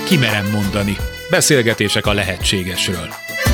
Ki merem mondani. Beszélgetések a lehetségesről.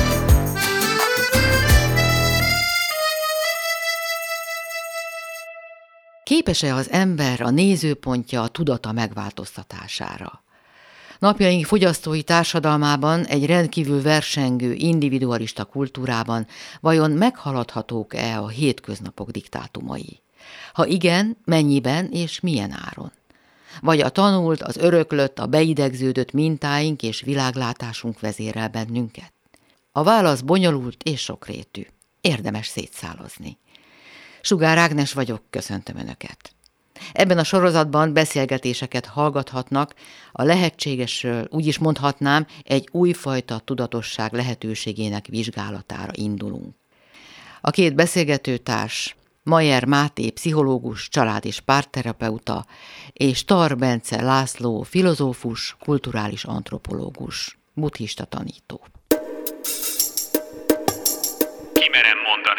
Képes-e az ember a nézőpontja, a tudata megváltoztatására? Napjaink fogyasztói társadalmában, egy rendkívül versengő, individualista kultúrában vajon meghaladhatók-e a hétköznapok diktátumai? Ha igen, mennyiben és milyen áron? Vagy a tanult, az öröklött, a beidegződött mintáink és világlátásunk vezérel bennünket? A válasz bonyolult és sokrétű. Érdemes szétszálazni. Sugár Ágnes vagyok, köszöntöm Önöket. Ebben a sorozatban beszélgetéseket hallgathatnak, a lehetségesről, úgy is mondhatnám, egy újfajta tudatosság lehetőségének vizsgálatára indulunk. A két beszélgetőtárs, Mayer Máté pszichológus, család- és párterapeuta, és Tar Bence László filozófus, kulturális antropológus, buddhista tanító. Ki merem mondani.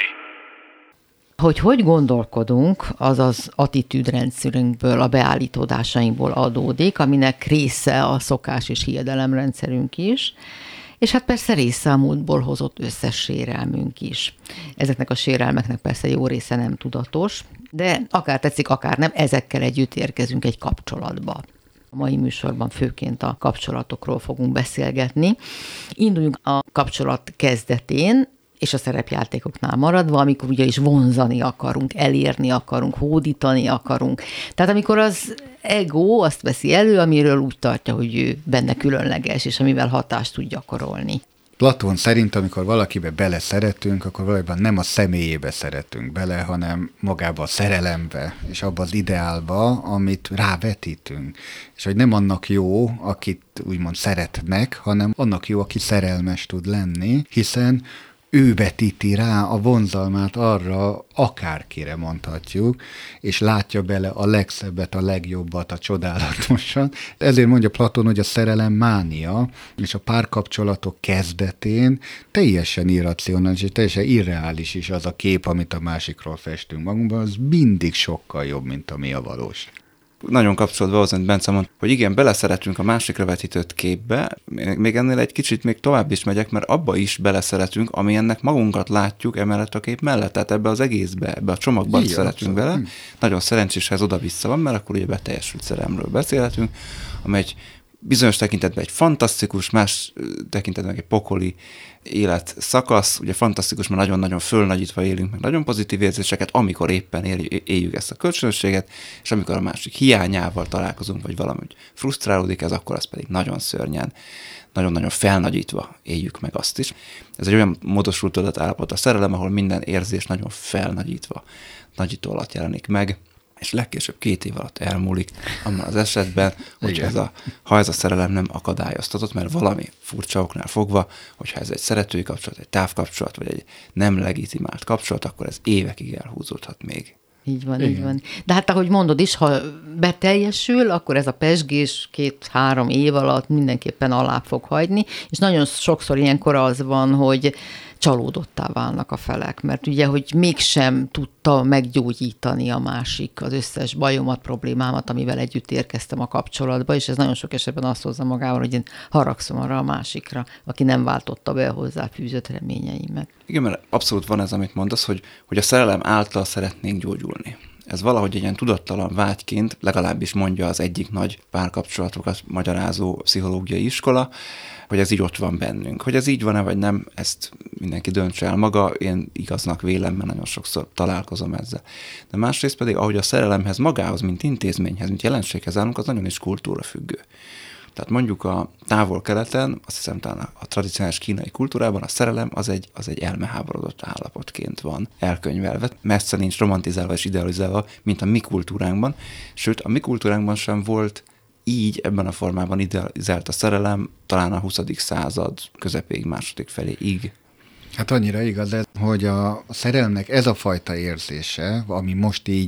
Hogy gondolkodunk, az az attitűdrendszerünkből, a beállítódásainkból adódik, aminek része a szokás- és hiedelemrendszerünk is, és hát persze része a múltból hozott összes sérelmünk is. Ezeknek a sérelmeknek persze jó része nem tudatos, de akár tetszik, akár nem, ezekkel együtt érkezünk egy kapcsolatba. A mai műsorban főként a kapcsolatokról fogunk beszélgetni. Induljunk a kapcsolat kezdetén, és a szerepjátékoknál maradva, amikor ugyanis vonzani akarunk, elérni akarunk, hódítani akarunk. Tehát amikor az ego azt veszi elő, amiről úgy tartja, hogy ő benne különleges, és amivel hatást tud gyakorolni. Platón szerint, amikor valakibe bele szeretünk, akkor valójában nem a személyébe szeretünk bele, hanem magába a szerelembe, és abba az ideálba, amit rávetítünk. És hogy nem annak jó, akit úgymond szeretnek, hanem annak jó, aki szerelmes tud lenni, hiszen ő vetíti rá a vonzalmát arra, akárkire mondhatjuk, és látja bele a legszebbet, a legjobbat, a csodálatosat. Ezért mondja Platón, hogy a szerelem mánia, és a párkapcsolatok kezdetén teljesen irracionális, és teljesen irreális is az a kép, amit a másikról festünk magunkban, az mindig sokkal jobb, mint ami a valós. Nagyon kapcsolódva az, amit Bence mondta, hogy igen, beleszeretünk a másikra vetített képbe, még ennél egy kicsit még tovább is megyek, mert abba is beleszeretünk, ami ennek magunkat látjuk emellett a kép mellett, tehát ebbe az egészbe, ebbe a csomagban igen, szeretünk bele. Nagyon szerencsés, ha ez oda-vissza van, mert akkor ugye beteljesült szerelemről beszélhetünk, amely egy bizonyos tekintetben egy fantasztikus, más tekintetben egy pokoli élet szakasz, ugye fantasztikus, mert nagyon-nagyon fölnagyítva élünk, meg nagyon pozitív érzéseket, amikor éppen éljük ezt a kölcsönösséget, és amikor a másik hiányával találkozunk, vagy valahogy frusztrálódik ez, akkor az pedig nagyon szörnyen, nagyon-nagyon felnagyítva éljük meg azt is. Ez egy olyan módosult tudatállapot a szerelem, ahol minden érzés nagyon felnagyítva, nagyító alatt jelenik meg, és legkésőbb 2 év alatt elmúlik, abban az esetben, hogy ha ez a szerelem nem akadályoztatott, mert valami furcsa oknál fogva, hogyha ez egy szeretői kapcsolat, egy távkapcsolat, vagy egy nem legitimált kapcsolat, akkor ez évekig elhúzódhat még. Így van, igen. Így van. De hát ahogy mondod is, ha beteljesül, akkor ez a pezsgés 2-3 év alatt mindenképpen alá fog hagyni, és nagyon sokszor ilyenkor az van, hogy csalódottá válnak a felek, mert ugye, hogy mégsem tudta meggyógyítani a másik az összes bajomat, problémámat, amivel együtt érkeztem a kapcsolatba, és ez nagyon sok esetben azt hozza magával, hogy én haragszom arra a másikra, aki nem váltotta be a hozzá fűzött reményeimet. Igen, mert abszolút van ez, amit mondasz, hogy a szerelem által szeretnénk gyógyulni. Ez valahogy egy ilyen tudattalan vágyként, legalábbis mondja az egyik nagy párkapcsolatokat magyarázó pszichológiai iskola, hogy ez így ott van bennünk. Hogy ez így van-e, vagy nem, ezt mindenki döntse el maga, én igaznak vélem, mert nagyon sokszor találkozom ezzel. De másrészt pedig, ahogy a szerelemhez magához, mint intézményhez, mint jelenséghez állunk, az nagyon is kultúrafüggő. Tehát mondjuk a távol-keleten, azt hiszem talán a tradicionális kínai kultúrában a szerelem az egy elmeháborodott állapotként van elkönyvelve. Messze nincs romantizálva és idealizálva, mint a mi kultúránkban. Sőt, a mi kultúránkban sem volt így ebben a formában idealizált a szerelem, talán a 20. század közepéig, második feléig. Hát annyira igaz ez, hogy a szerelmnek ez a fajta érzése, ami most így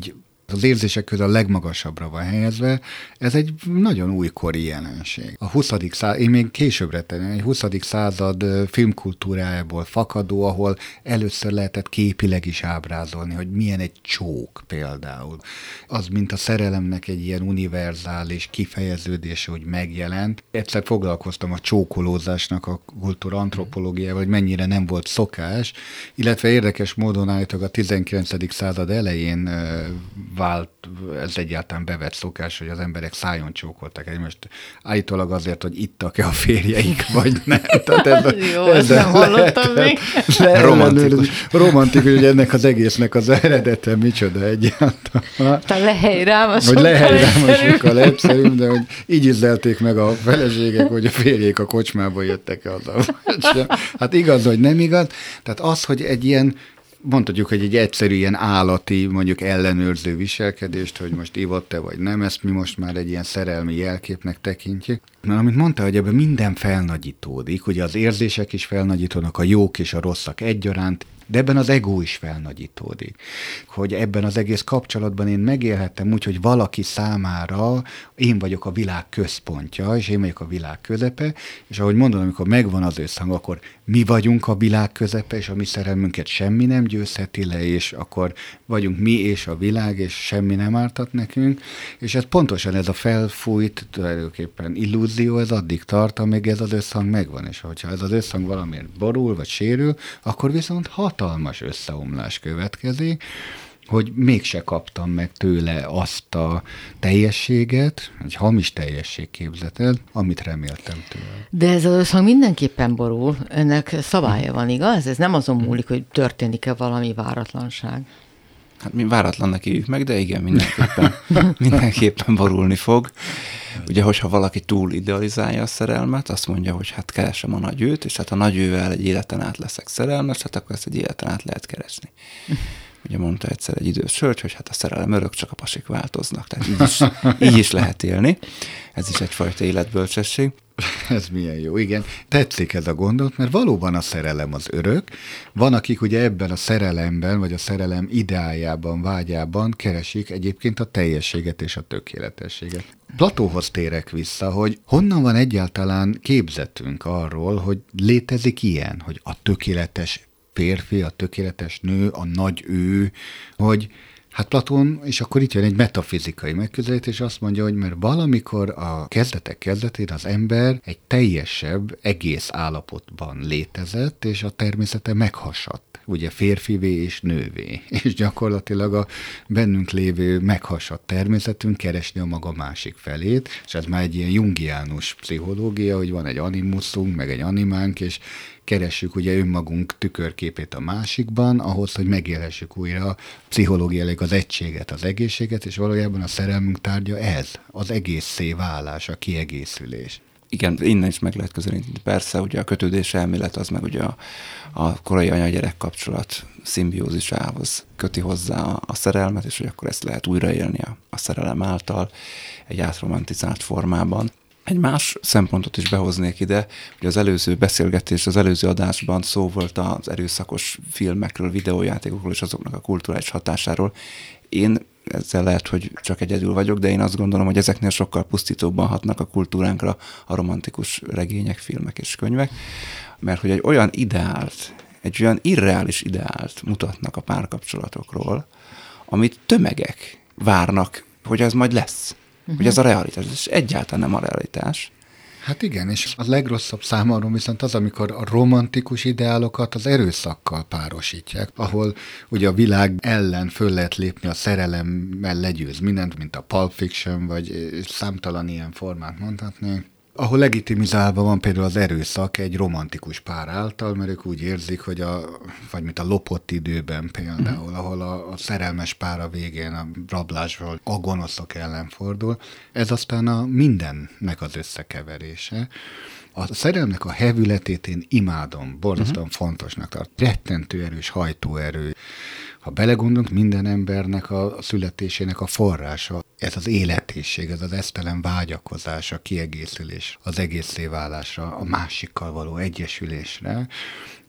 Az érzések közül a legmagasabbra van helyezve, ez egy nagyon újkori jelenség. A 20. század, én még későbbre tenném, egy 20. század filmkultúrájából fakadó, ahol először lehetett képileg is ábrázolni, hogy milyen egy csók például. Az, mint a szerelemnek egy ilyen univerzális kifejeződése, hogy megjelent. Egyszer foglalkoztam a csókolózásnak a kultúra antropológiával, hogy mennyire nem volt szokás, illetve érdekes módon állítólag a 19. század elején vált, ez egyáltalán bevett szokás, hogy az emberek szájon csókoltak egymást. Állítólag azért, hogy ittak-e a férjeik, vagy nem. Tehát jó, ezt nem hallottam még. Romantikus, hogy ennek az egésznek az eredete micsoda egyáltalán. Tehát hogy lehelyrámosokkal egyszerűbb, de hogy így ízlelték meg a feleségek, hogy a férjék a kocsmába jöttek haza. Hát igaz, hogy nem igaz. Tehát az, hogy egy ilyen, mondhatjuk, hogy egy egyszerű ilyen állati, mondjuk ellenőrző viselkedést, hogy most ivott-e vagy nem, ezt mi most már egy ilyen szerelmi jelképnek tekintjük. Mert amit mondta, hogy ebben minden felnagyítódik, ugye az érzések is felnagyítódnak, a jók és a rosszak egyaránt, de ebben az ego is felnagyítódik. Hogy ebben az egész kapcsolatban én megélhettem úgy, hogy valaki számára én vagyok a világ központja, és én vagyok a világ közepe, és ahogy mondom, amikor megvan az összhang, akkor mi vagyunk a világ közepe, és a mi szerelmünket semmi nem győzheti le, és akkor vagyunk mi és a világ, és semmi nem ártat nekünk, és ez pontosan ez a felfújt tulajdonképpen illúzió, ez addig tart, amíg ez az összhang megvan, és hogyha ez az összhang valamiért borul, vagy sérül, akkor viszont hatalmas összeomlás következik, hogy mégse kaptam meg tőle azt a teljességet, egy hamis teljességképzetet, amit reméltem tőle. De ez az összhang mindenképpen borul, ennek szabálya van, igaz? Ez nem azon múlik, hogy történik-e valami váratlanság. Hát mi váratlannak éljük meg, de igen, mindenképpen borulni fog. Ugye, hogyha valaki túl idealizálja a szerelmet, azt mondja, hogy hát keresem a nagy őt, és hát a nagy ővel egy életen át leszek szerelmes, hát akkor ezt egy életen át lehet keresni. Ugye mondta egyszer egy idős hölgy, hogy hát a szerelem örök, csak a pasik változnak. Tehát így is lehet élni. Ez is egyfajta életbölcsesség. Ez milyen jó, igen. Tetszik ez a gondolat, mert valóban a szerelem az örök. Van, akik ugye ebben a szerelemben, vagy a szerelem ideájában, vágyában keresik egyébként a teljességet és a tökéletességet. Platóhoz térek vissza, hogy honnan van egyáltalán képzetünk arról, hogy létezik ilyen, hogy a tökéletes férfi, a tökéletes nő, a nagy ő, hogy hát Platón, és akkor itt jön egy metafizikai megközelítés, azt mondja, hogy mert valamikor a kezdetek kezdetén az ember egy teljesebb, egész állapotban létezett, és a természete meghasadt, ugye férfivé és nővé. És gyakorlatilag a bennünk lévő meghasadt természetünk keresni a maga másik felét, és ez már egy ilyen jungiánus pszichológia, hogy van egy animuszunk, meg egy animánk, és keressük ugye önmagunk tükörképét a másikban, ahhoz, hogy megélhessük újra pszichológiailag az egységet, az egészséget, és valójában a szerelmünk tárgya ez, az egészszé válás, a kiegészülés. Igen, innen is meg lehet közelíteni. Persze, ugye a kötődés elmélet az meg ugye a korai anya-gyerek kapcsolat szimbiózisához köti hozzá a szerelmet, és hogy akkor ezt lehet újraélni a szerelem által egy átromantizált formában. Egy más szempontot is behoznék ide, hogy az előző beszélgetés, az előző adásban szó volt az erőszakos filmekről, videójátékokról és azoknak a kulturális hatásáról. Én ezzel lehet, hogy csak egyedül vagyok, de én azt gondolom, hogy ezeknél sokkal pusztítóbban hatnak a kultúránkra a romantikus regények, filmek és könyvek, mert hogy egy olyan ideált, egy olyan irreális ideált mutatnak a párkapcsolatokról, amit tömegek várnak, hogy ez majd lesz. Hogy ez a realitás, ez egyáltalán nem a realitás. Hát igen, és a legrosszabb számomra viszont az, amikor a romantikus ideálokat az erőszakkal párosítják, ahol ugye a világ ellen föl lehet lépni, a szerelemmel legyőz mindent, mint a Pulp Fiction, vagy számtalan ilyen formát mondhatnék, ahol legitimizálva van például az erőszak egy romantikus pár által, mert ők úgy érzik, hogy vagy mint a Lopott időben például, ahol a szerelmes pár a végén a rablásról a gonoszok ellen fordul. Ez aztán a mindennek az összekeverése. A szerelmnek a hevületét én imádom, borzasztóan fontosnak tart. Rettentő erős hajtóerő. Ha belegondolunk, minden embernek a születésének a forrása, ez az életészség, ez az esztelen vágyakozás, a kiegészülés, az egészé válásra, a másikkal való egyesülésre,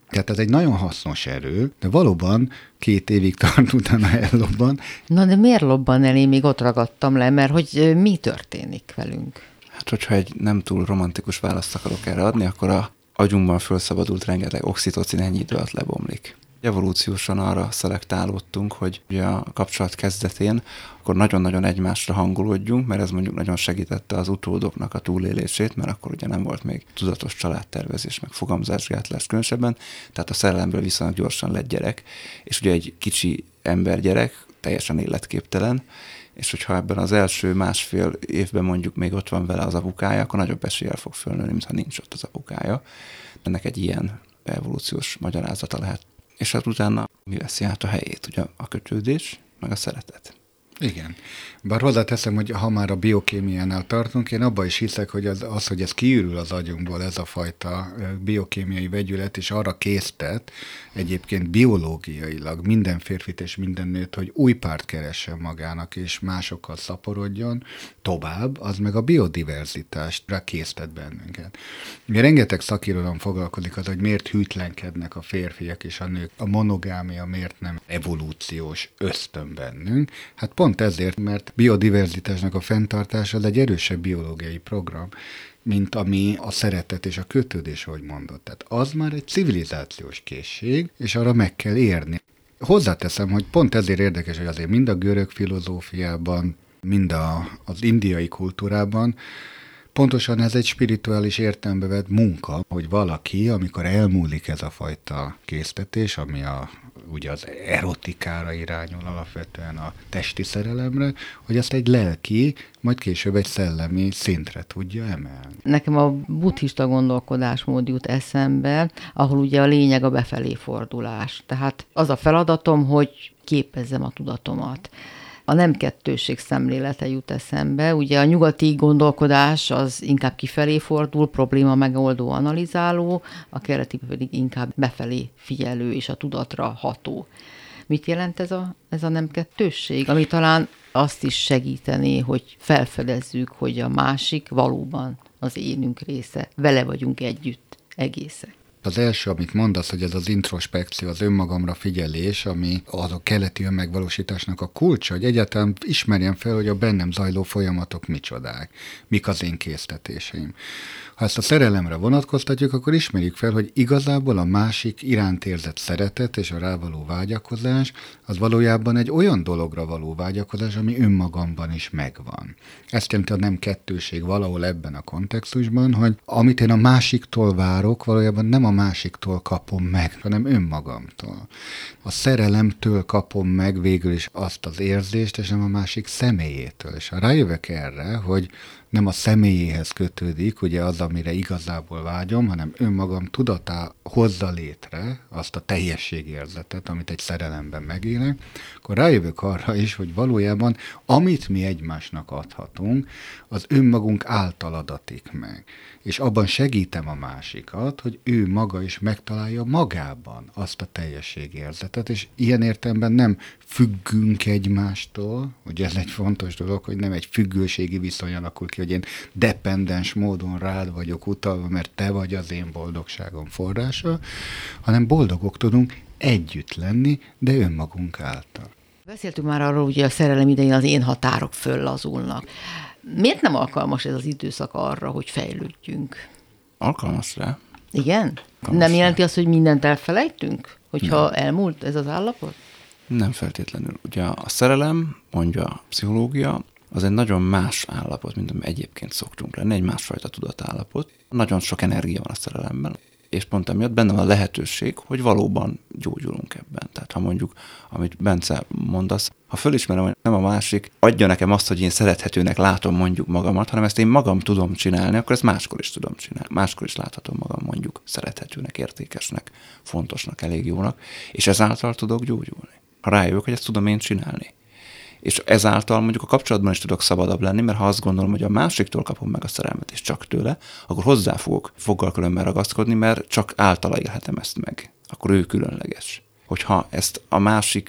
Tehát ez egy nagyon hasznos erő, de valóban 2 évig tart, utána ellobban. Na de miért lobban el? Én még ott ragadtam le, mert hogy mi történik velünk? Hát, hogyha egy nem túl romantikus választ akarok erre adni, akkor a agyunkban felszabadult rengeteg oxitocin ennyi idő alatt lebomlik. Evolúciósan arra szelektálódtunk, hogy ugye a kapcsolat kezdetén akkor nagyon-nagyon egymásra hangolódjunk, mert ez mondjuk nagyon segítette az utódoknak a túlélését, mert akkor ugye nem volt még tudatos családtervezés, meg fogamzásgátlás különösebben, tehát a szerelemből viszonylag gyorsan lett gyerek, és ugye egy kicsi embergyerek, teljesen életképtelen, és hogyha ebben az első 1,5 évben mondjuk még ott van vele az apukája, akkor nagyobb eséllyel fog fölnőni, mintha nincs ott az apukája. Ennek egy ilyen evolúciós magyarázata lehet. És hát utána mi veszi át a helyét? Ugye a kötődés, meg a szeretet. Igen. Bár hozzáteszem, hogy ha már a biokémiánál tartunk, én abban is hiszek, hogy az, hogy ez kiürül az agyunkból, ez a fajta biokémiai vegyület, és arra késztet egyébként biológiailag minden férfit és minden nőt, hogy új párt keressen magának, és másokkal szaporodjon tovább, az meg a biodiverzitásra késztet bennünket. Ugye rengeteg szakirodalom foglalkozik az, hogy miért hűtlenkednek a férfiak és a nők, a monogámia miért nem evolúciós ösztön bennünk. Hát pont ezért, mert biodiverzitásnak a fenntartása az egy erősebb biológiai program, mint ami a szeretet és a kötődés, ahogy mondott. Tehát az már egy civilizációs készség, és arra meg kell érni. Hozzáteszem, hogy pont ezért érdekes, hogy azért mind a görög filozófiában, mind az indiai kultúrában pontosan ez egy spirituális értelembe vett munka, hogy valaki, amikor elmúlik ez a fajta késztetés, ami ugye az erotikára irányul alapvetően a testi szerelemre, hogy azt egy lelki, majd később egy szellemi szintre tudja emelni. Nekem a buddhista gondolkodásmód jut eszembe, ahol ugye a lényeg a befelé fordulás. Tehát az a feladatom, hogy képezzem a tudatomat. A nem kettősség szemlélete jut eszembe. Ugye a nyugati gondolkodás az inkább kifelé fordul, probléma megoldó, analizáló, a keleti pedig inkább befelé figyelő és a tudatra ható. Mit jelent ez a nem kettősség? Ami talán azt is segítené, hogy felfedezzük, hogy a másik valóban az énünk része. Vele vagyunk együtt, egészek. Az első, amit mondasz, hogy ez az introspekció, az önmagamra figyelés, ami az a keleti önmegvalósításnak a kulcsa, hogy egyáltalán ismerjem fel, hogy a bennem zajló folyamatok micsodák, mik az én késztetéseim. Ha ezt a szerelemre vonatkoztatjuk, akkor ismerjük fel, hogy igazából a másik iránt érzett szeretet és a rávaló vágyakozás, az valójában egy olyan dologra való vágyakozás, ami önmagamban is megvan. Ezt jelenti a nem kettőség valahol ebben a kontextusban, hogy amit én a másiktól várok, valójában nem a másiktól kapom meg, hanem önmagamtól. A szerelemtől kapom meg végül is azt az érzést, és nem a másik személyétől. És ha rájövök erre, hogy nem a személyéhez kötődik, ugye az, amire igazából vágyom, hanem önmagam tudatá hozza létre azt a teljességérzetet, amit egy szerelemben megélek, akkor rájövök arra is, hogy valójában amit mi egymásnak adhatunk, az önmagunk által adatik meg. És abban segítem a másikat, hogy ő maga is megtalálja magában azt a teljességérzetet, és ilyen értelemben nem függünk egymástól, ugye ez egy fontos dolog, hogy nem egy függőségi viszony alakul ki, hogy én dependens módon rád vagyok utalva, mert te vagy az én boldogságom forrása, hanem boldogok tudunk együtt lenni, de önmagunk által. Beszéltünk már arról, hogy a szerelem idején az én határok föllazulnak. Miért nem alkalmas ez az időszak arra, hogy fejlődjünk? Alkalmas rá. Igen? Alkalmas Nem jelenti rá. azt, hogy mindent elfelejtünk? Hogyha Nem. elmúlt ez az állapot? Nem feltétlenül. Ugye a szerelem, mondja a pszichológia, az egy nagyon más állapot, mint ami egyébként szoktunk lenni, egy másfajta tudatállapot. Nagyon sok energia van a szerelemben, és pont emiatt benne van a lehetőség, hogy valóban gyógyulunk ebben. Tehát ha mondjuk, amit Bence mondasz, ha fölismerem, hogy nem a másik adja nekem azt, hogy én szerethetőnek látom mondjuk magamat, hanem ezt én magam tudom csinálni, akkor ezt máskor is tudom csinálni. Máskor is láthatom magam mondjuk szerethetőnek, értékesnek, fontosnak, elég jónak, és ezáltal tudok gyógyulni. Ha rájövök, hogy ezt tudom én csinálni. És ezáltal mondjuk a kapcsolatban is tudok szabadabb lenni, mert ha azt gondolom, hogy a másiktól kapom meg a szerelmet, és csak tőle, akkor hozzá fogok foggal-különben ragaszkodni, mert csak általa élhetem ezt meg. Akkor ő különleges. Hogyha ezt a másik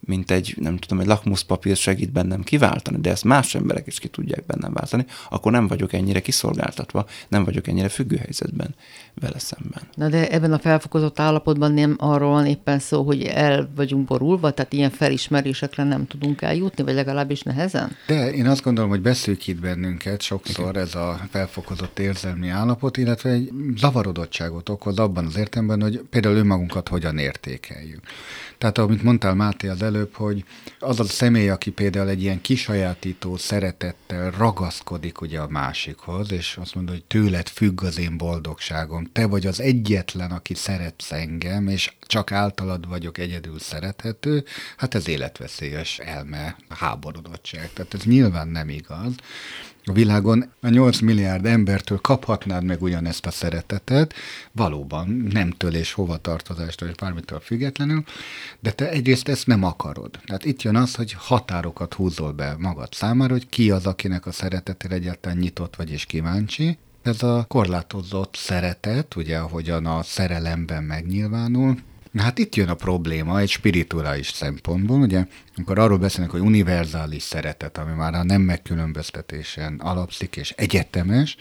mint egy, nem tudom, egy lakmuszpapír segít bennem kiváltani, de ezt más emberek is ki tudják bennem váltani, akkor nem vagyok ennyire kiszolgáltatva, nem vagyok ennyire függő helyzetben vele szemben. Na de ebben a felfokozott állapotban nem arról van éppen szó, hogy el vagyunk borulva, tehát ilyen felismerésekre nem tudunk eljutni, vagy legalábbis nehezen? De én azt gondolom, hogy beszűkít bennünket sokszor ez a felfokozott érzelmi állapot, illetve egy zavarodottságot okoz abban az értelemben, hogy például önmagunkat hogyan értékeljük. Tehát, amit mondtál, Máté, az előbb, hogy az a személy, aki például egy ilyen kisajátító szeretettel ragaszkodik ugye a másikhoz, és azt mondja, hogy tőled függ az én boldogságom, te vagy az egyetlen, aki szeretsz engem, és csak általad vagyok egyedül szerethető, hát ez életveszélyes elme háborodottság. Tehát ez nyilván nem igaz. A világon a 8 milliárd embertől kaphatnád meg ugyanezt a szeretetet, valóban nemtől és hovatartozástól és bármitől függetlenül, de te egyrészt ezt nem akarod. Tehát itt jön az, hogy határokat húzol be magad számára, hogy ki az, akinek a szeretetére egyáltalán nyitott vagy és kíváncsi. Ez a korlátozott szeretet, ugye ahogyan a szerelemben megnyilvánul, hát itt jön a probléma egy spirituális szempontból, ugye, amikor arról beszélnek, hogy univerzális szeretet, ami már a nem megkülönböztetésen alapszik és egyetemes,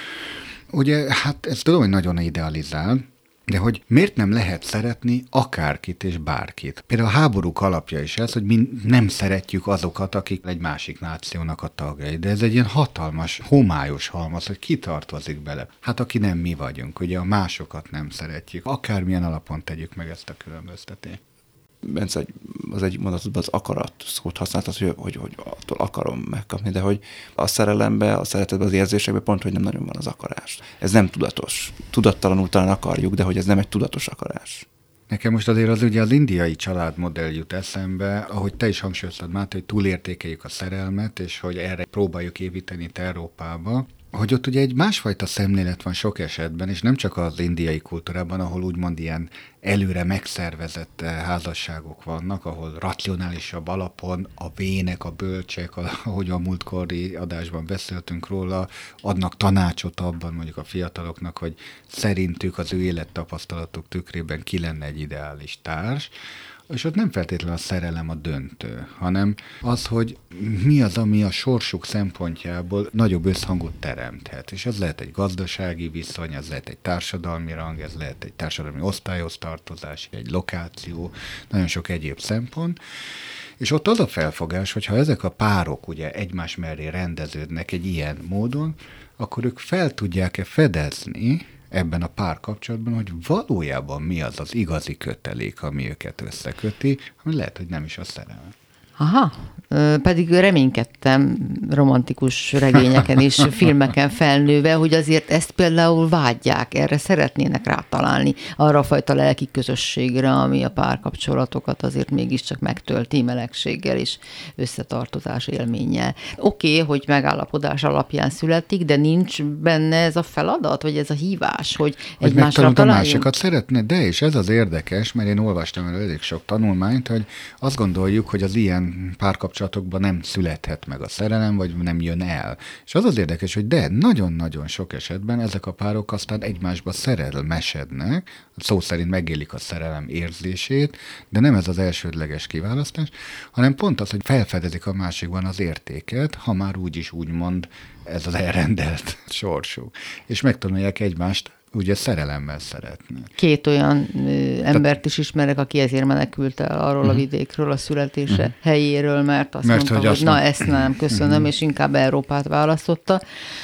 ugye, hát ezt tudom, hogy nagyon idealizál, de hogy miért nem lehet szeretni akárkit és bárkit? Például a háborúk alapja is ez, hogy mi nem szeretjük azokat, akik egy másik nációnak a tagjai. De ez egy ilyen hatalmas, homályos halmaz, hogy ki tartozik bele. Hát aki nem mi vagyunk, ugye a másokat nem szeretjük. Akármilyen alapon tegyük meg ezt a különböztetést. Bence, az egyik mondatodban az akarat szót használtad, hogy attól akarom megkapni, de hogy a szerelemben, a szeretetben, az érzésekben pont, hogy nem nagyon van az akarás. Ez nem tudatos. Tudattalanul talán akarjuk, de hogy ez nem egy tudatos akarás. Nekem most azért az ugye az indiai családmodell jut eszembe, ahogy te is hangsúlyoztad, Máté, hogy túlértékeljük a szerelmet, és hogy erre próbáljuk építeni itt Európába, hogy ott ugye egy másfajta szemlélet van sok esetben, és nem csak az indiai kultúrában, ahol úgymond ilyen előre megszervezett házasságok vannak, ahol racionálisabb alapon a vének, a bölcsek, ahogy a múltkori adásban beszéltünk róla, adnak tanácsot abban mondjuk a fiataloknak, hogy szerintük az ő élettapasztalatuk tükrében ki lenne egy ideális társ, és ott nem feltétlenül a szerelem a döntő, hanem az, hogy mi az, ami a sorsuk szempontjából nagyobb összhangot teremthet. És ez lehet egy gazdasági viszony, ez lehet egy társadalmi rang, ez lehet egy társadalmi osztályhoz tartozás, egy lokáció, nagyon sok egyéb szempont. És ott az a felfogás, hogy ha ezek a párok ugye egymás mellé rendeződnek egy ilyen módon, akkor ők fel tudják-e fedezni ebben a párkapcsolatban, hogy valójában mi az az igazi kötelék, ami őket összeköti, ami lehet, hogy nem is a szerelem. Aha, pedig reménykedtem romantikus regényeken és filmeken felnőve, hogy azért ezt például vágyják, erre szeretnének rátalálni, arra a fajta lelki közösségre, ami a párkapcsolatokat azért mégiscsak megtölti melegséggel és összetartozás élménnyel. Oké, hogy megállapodás alapján születik, de nincs benne ez a feladat, vagy ez a hívás, hogy egymásra találjunk? A másikat szeretne, de és ez az érdekes, mert én olvastam el elég sok tanulmányt, hogy azt gondoljuk, hogy az ilyen párkapcsolatokban nem születhet meg a szerelem, vagy nem jön el. És az az érdekes, hogy de nagyon-nagyon sok esetben ezek a párok aztán egymásba szerelmesednek, szó szerint megélik a szerelem érzését, de nem ez az elsődleges kiválasztás, hanem pont az, hogy felfedezik a másikban az értéket, ha már úgyis úgymond ez az elrendelt sorsú. És megtanulják egymást ugye szerelemmel szeretni. Két olyan embert is ismerek, aki ezért menekült el arról a vidékről, a születése helyéről, mert azt mondta, hogy na ezt nem, köszönöm, és inkább Európát választotta.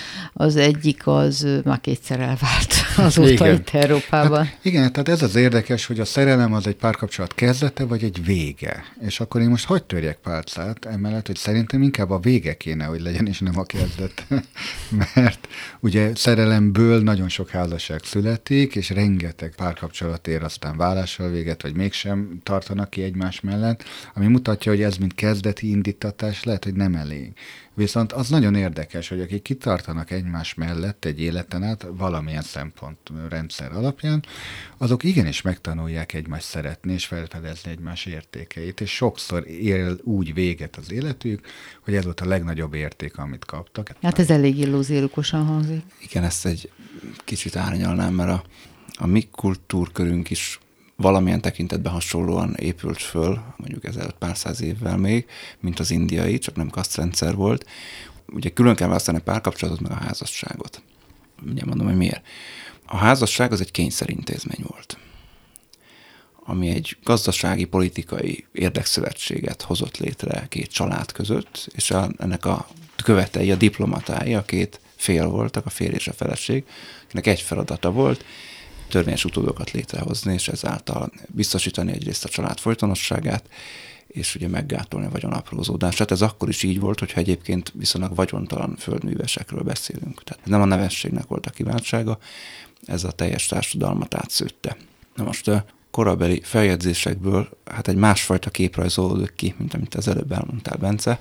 Az egyik az már kétszer elvált azóta itt Európában. Hát, igen, tehát ez az érdekes, hogy a szerelem az egy párkapcsolat kezdete, vagy egy vége. És akkor én most hogy törjek pálcát emellett, hogy szerintem inkább a vége kéne, hogy legyen, és nem a kezdete. Mert ugye szerelemből nagyon sok házasság születik, és rengeteg párkapcsolat ér aztán válással véget, vagy mégsem tartanak ki egymás mellett, ami mutatja, hogy ez mint kezdeti indítatás lehet, hogy nem elég. Viszont az nagyon érdekes, hogy akik kitartanak egymás mellett egy életen át valamilyen szempontrendszer alapján, azok igenis megtanulják egymást szeretni és felfedezni egymás értékeit, és sokszor ér úgy véget az életük, hogy ez volt a legnagyobb érték, amit kaptak. Hát ez elég illúziókusan hangzik. Igen, ezt egy kicsit árnyalnám, mert a mi kultúrkörünk is valamilyen tekintetben hasonlóan épült föl, mondjuk ezelőtt pár száz évvel még, mint az indiai, csak nem kasztrendszer volt. Ugye külön kell választani a párkapcsolatot, meg a házasságot. Ugye mondom, hogy miért. A házasság az egy kényszerintézmény volt, ami egy gazdasági, politikai érdekszövetséget hozott létre két család között, és ennek a követei, a diplomatái, a két fél voltak, a férj és a feleség, akinek egy feladata volt, törvényes utódokat létrehozni, és ezáltal biztosítani egyrészt a család folytonosságát, és ugye meggátolni a vagyonaprózódását. Ez akkor is így volt, hogyha egyébként viszonylag vagyontalan földművesekről beszélünk. Tehát nem a nevességnek volt a kiváltsága, ez a teljes társadalmat átszőtte. Na most a korabeli feljegyzésekből hát egy másfajta kép rajzolódik ki, mint amit az előbb elmondtál, Bence.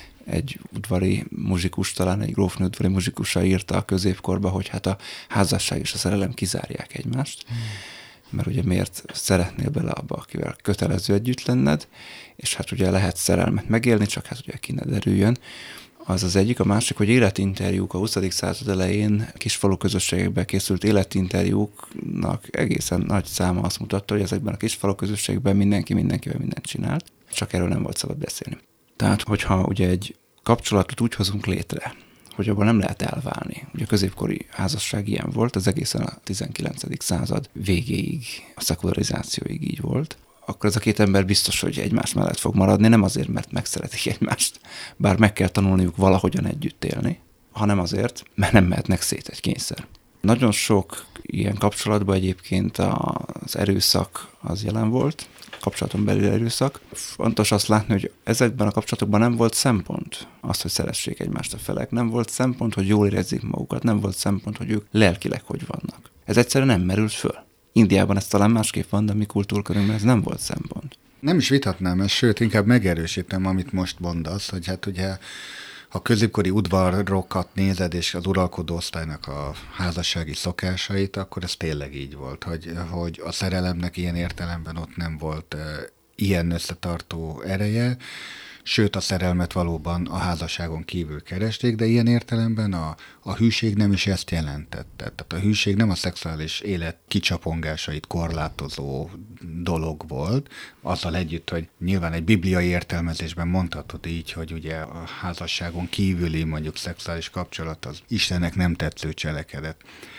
Egy udvari muzsikus, talán egy grófnő udvari muzsikusa írta a középkorba, hogy hát a házasság és a szerelem kizárják egymást, mert ugye miért szeretnél bele abba, akivel kötelező együtt lenned, és hát ugye lehet szerelmet megélni, csak hát ugye ki ne derüljön. Az az egyik, a másik, hogy életinterjúk a 20. század elején kisfalu közösségekben készült életinterjúknak egészen nagy száma azt mutatta, hogy ezekben a kisfalu közösségekben mindenki mindenkivel mindent csinált, csak erről nem volt szabad beszélni. Tehát, hogyha ugye egy kapcsolatot úgy hozunk létre, hogy abban nem lehet elválni. Ugye a középkori házasság ilyen volt, az egészen a 19. század végéig, a szekularizációig így volt, akkor ez a két ember biztos, hogy egymás mellett fog maradni, nem azért, mert megszeretik egymást, bár meg kell tanulniuk valahogyan együtt élni, hanem azért, mert nem mehetnek szét egy kényszer. Nagyon sok ilyen kapcsolatban egyébként az erőszak az jelen volt, kapcsolaton belül erőszak. Fontos azt látni, hogy ezekben a kapcsolatokban nem volt szempont az, hogy szeressék egymást a felek, nem volt szempont, hogy jól érezzék magukat, nem volt szempont, hogy ők lelkileg hogy vannak. Ez egyszerűen nem merült föl. Indiában ez talán másképp van, de mi kultúrkörünkben ez nem volt szempont. Nem is vitatnám ezt, sőt, inkább megerősítem, amit most mondasz, hogy hát ugye ha középkori udvarokat nézed, és az uralkodó osztálynak a házassági szokásait, akkor ez tényleg így volt, hogy a szerelemnek ilyen értelemben ott nem volt ilyen összetartó ereje, sőt a szerelmet valóban a házasságon kívül keresték, de ilyen értelemben a hűség nem is ezt jelentette. Tehát a hűség nem a szexuális élet kicsapongásait korlátozó dolog volt, azzal együtt, hogy nyilván egy bibliai értelmezésben mondhatod így, hogy ugye a házasságon kívüli mondjuk szexuális kapcsolat az Istennek nem tetsző cselekedet.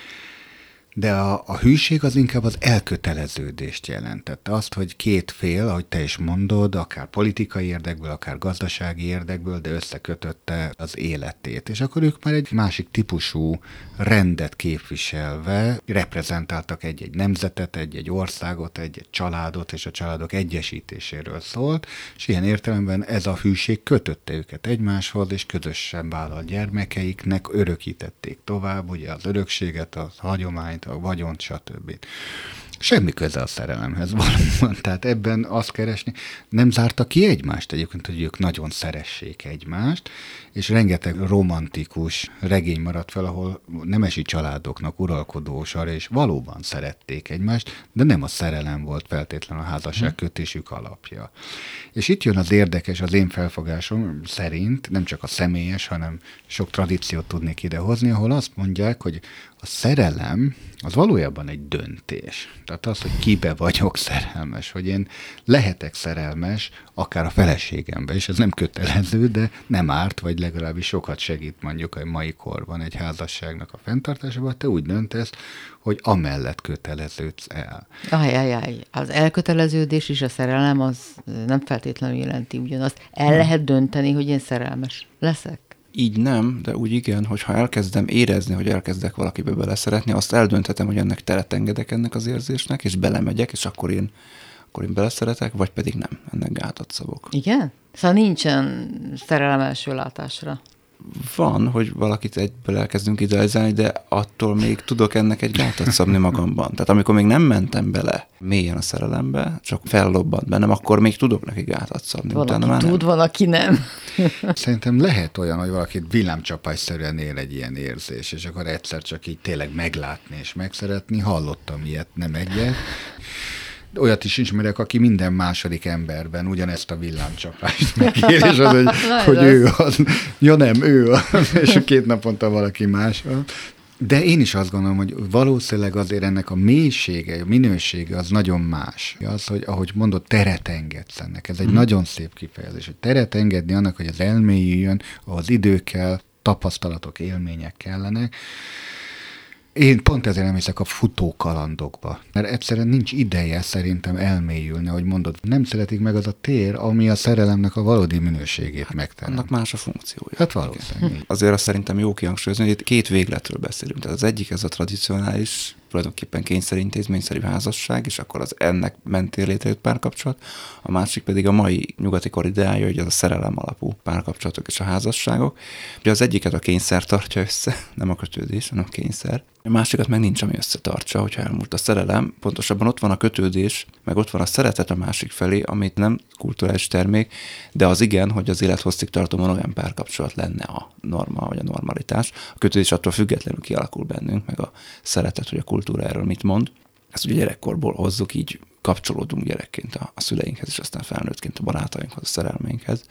De a hűség az inkább az elköteleződést jelentette. Azt, hogy két fél, ahogy te is mondod, akár politikai érdekből, akár gazdasági érdekből, de összekötötte az életét. És akkor ők már egy másik típusú rendet képviselve reprezentáltak egy-egy nemzetet, egy-egy országot, egy-egy családot, és a családok egyesítéséről szólt, és ilyen értelemben ez a hűség kötötte őket egymáshoz, és közösen vállalt gyermekeiknek örökítették tovább, ugye az örökséget, a hagyományt, a vagyont, stb. Semmi köze a szerelemhez valóban. Tehát ebben azt keresni, nem zárta ki egymást egyébként, hogy ők nagyon szeressék egymást, és rengeteg romantikus regény maradt fel, ahol nemesi családoknak uralkodósara, és valóban szerették egymást, de nem a szerelem volt feltétlenül a házasságkötésük alapja. És itt jön az érdekes, az én felfogásom szerint, nem csak a személyes, hanem sok tradíciót tudnék idehozni, ahol azt mondják, hogy a szerelem az valójában egy döntés. Tehát az, hogy kibe vagyok szerelmes, hogy én lehetek szerelmes, akár a feleségembe, és ez nem kötelező, de nem árt, vagy legalábbis sokat segít mondjuk a mai korban egy házasságnak a fenntartásában, te úgy döntesz, hogy amellett köteleződsz el. Ajajaj, az elköteleződés és a szerelem az nem feltétlenül jelenti ugyanazt. El lehet dönteni, hogy én szerelmes leszek? Így nem, de úgy igen, hogyha elkezdem érezni, hogy elkezdek valakibe beleszeretni, azt eldönthetem, hogy ennek teret engedek ennek az érzésnek, és belemegyek, és akkor én beleszeretek, vagy pedig nem, ennek gátat szabok. Igen? Szóval nincsen szerelem első látásra. Van, hogy valakit egyből elkezdünk idealizálni, de attól még tudok ennek egy gátat szabni magamban. Tehát amikor még nem mentem bele mélyen a szerelembe, csak fellobbant bennem, akkor még tudok neki gátat szabni. Valaki tud, van, aki nem. Szerintem lehet olyan, hogy valakit villámcsapásszerűen él egy ilyen érzés, és akkor egyszer csak így tényleg meglátni és megszeretni. Hallottam ilyet, nem egyet. Olyat is ismerek, aki minden második emberben ugyanezt a villámcsapást megél, és az, hogy ő az. Ja nem, ő az, és 2 naponta valaki más van. De én is azt gondolom, hogy valószínűleg azért ennek a mélysége, a minősége az nagyon más. Az, hogy ahogy mondod, teret engedsz ennek. Ez egy nagyon szép kifejezés, hogy teret engedni annak, hogy az elmélyüljön, ahhoz idő kell, tapasztalatok, élmények kellenek. Én pont ezért nem hiszek a futókalandokba, mert egyszerűen nincs ideje szerintem elmélyülni, ahogy mondod. Nem születik meg az a tér, ami a szerelemnek a valódi minőségét megterem. Annak más a funkciója. Hát valószínűleg. Azért azt szerintem jó kihangsúlyozni, hogy itt két végletről beszélünk. Tehát az egyik ez a tradicionális, tulajdonképpen kényszerintézményszerű házasság, és akkor az ennek mentén létrejött párkapcsolat. A másik pedig a mai nyugati kor ideája, hogy az a szerelem alapú párkapcsolatok és a házasságok. Ugye az egyiket a kényszer tartja össze, nem a kötődés, hanem a kényszer. A másikat meg nincs, ami összetartsa, hogyha elmúlt a szerelem. Pontosabban ott van a kötődés, meg ott van a szeretet a másik felé, amit nem kulturális termék, de az igen, hogy az élethosszig tartó monogám párkapcsolat lenne a norma, vagy a normalitás. A kötődés attól függetlenül kialakul bennünk, meg a szeretet, hogy a kultúra erről mit mond. Ezt ugye gyerekkorból hozzuk, így kapcsolódunk gyerekként a szüleinkhez, és aztán felnőttként a barátainkhoz, a szerelmeinkhez.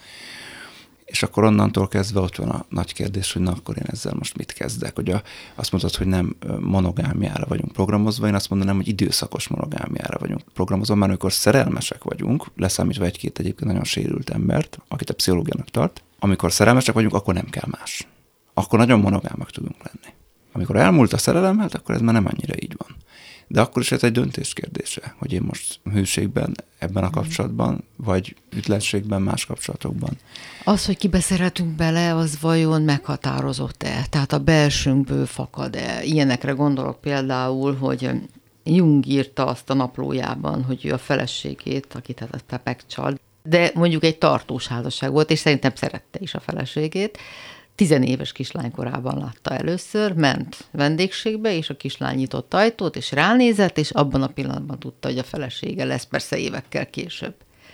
És akkor onnantól kezdve ott van a nagy kérdés, hogy na, akkor én ezzel most mit kezdek. Ugye azt mondod, hogy nem monogámiára vagyunk programozva, én azt mondanám, hogy időszakos monogámiára vagyunk programozva, már amikor szerelmesek vagyunk, leszámítva egy-két egyébként nagyon sérült embert, akit a pszichológiának tart, amikor szerelmesek vagyunk, akkor nem kell más. Akkor nagyon monogámak tudunk lenni. Amikor elmúlt a szerelem, hát akkor ez már nem annyira így van. De akkor is ez egy döntés kérdése, hogy én most hűségben, ebben a kapcsolatban, vagy ütlenségben, más kapcsolatokban. Az, hogy kibe szeretünk bele, az vajon meghatározott-e? Tehát a belsőnkből fakad-e? Ilyenekre gondolok például, hogy Jung írta azt a naplójában, hogy ő a feleségét, akit hát megcsalt, de mondjuk egy tartós házasság volt, és szerintem szerette is a feleségét. 10 éves kislánykorában látta először, ment vendégségbe, és a kislány nyitott ajtót, és ránézett, és abban a pillanatban tudta, hogy a felesége lesz, persze évekkel később.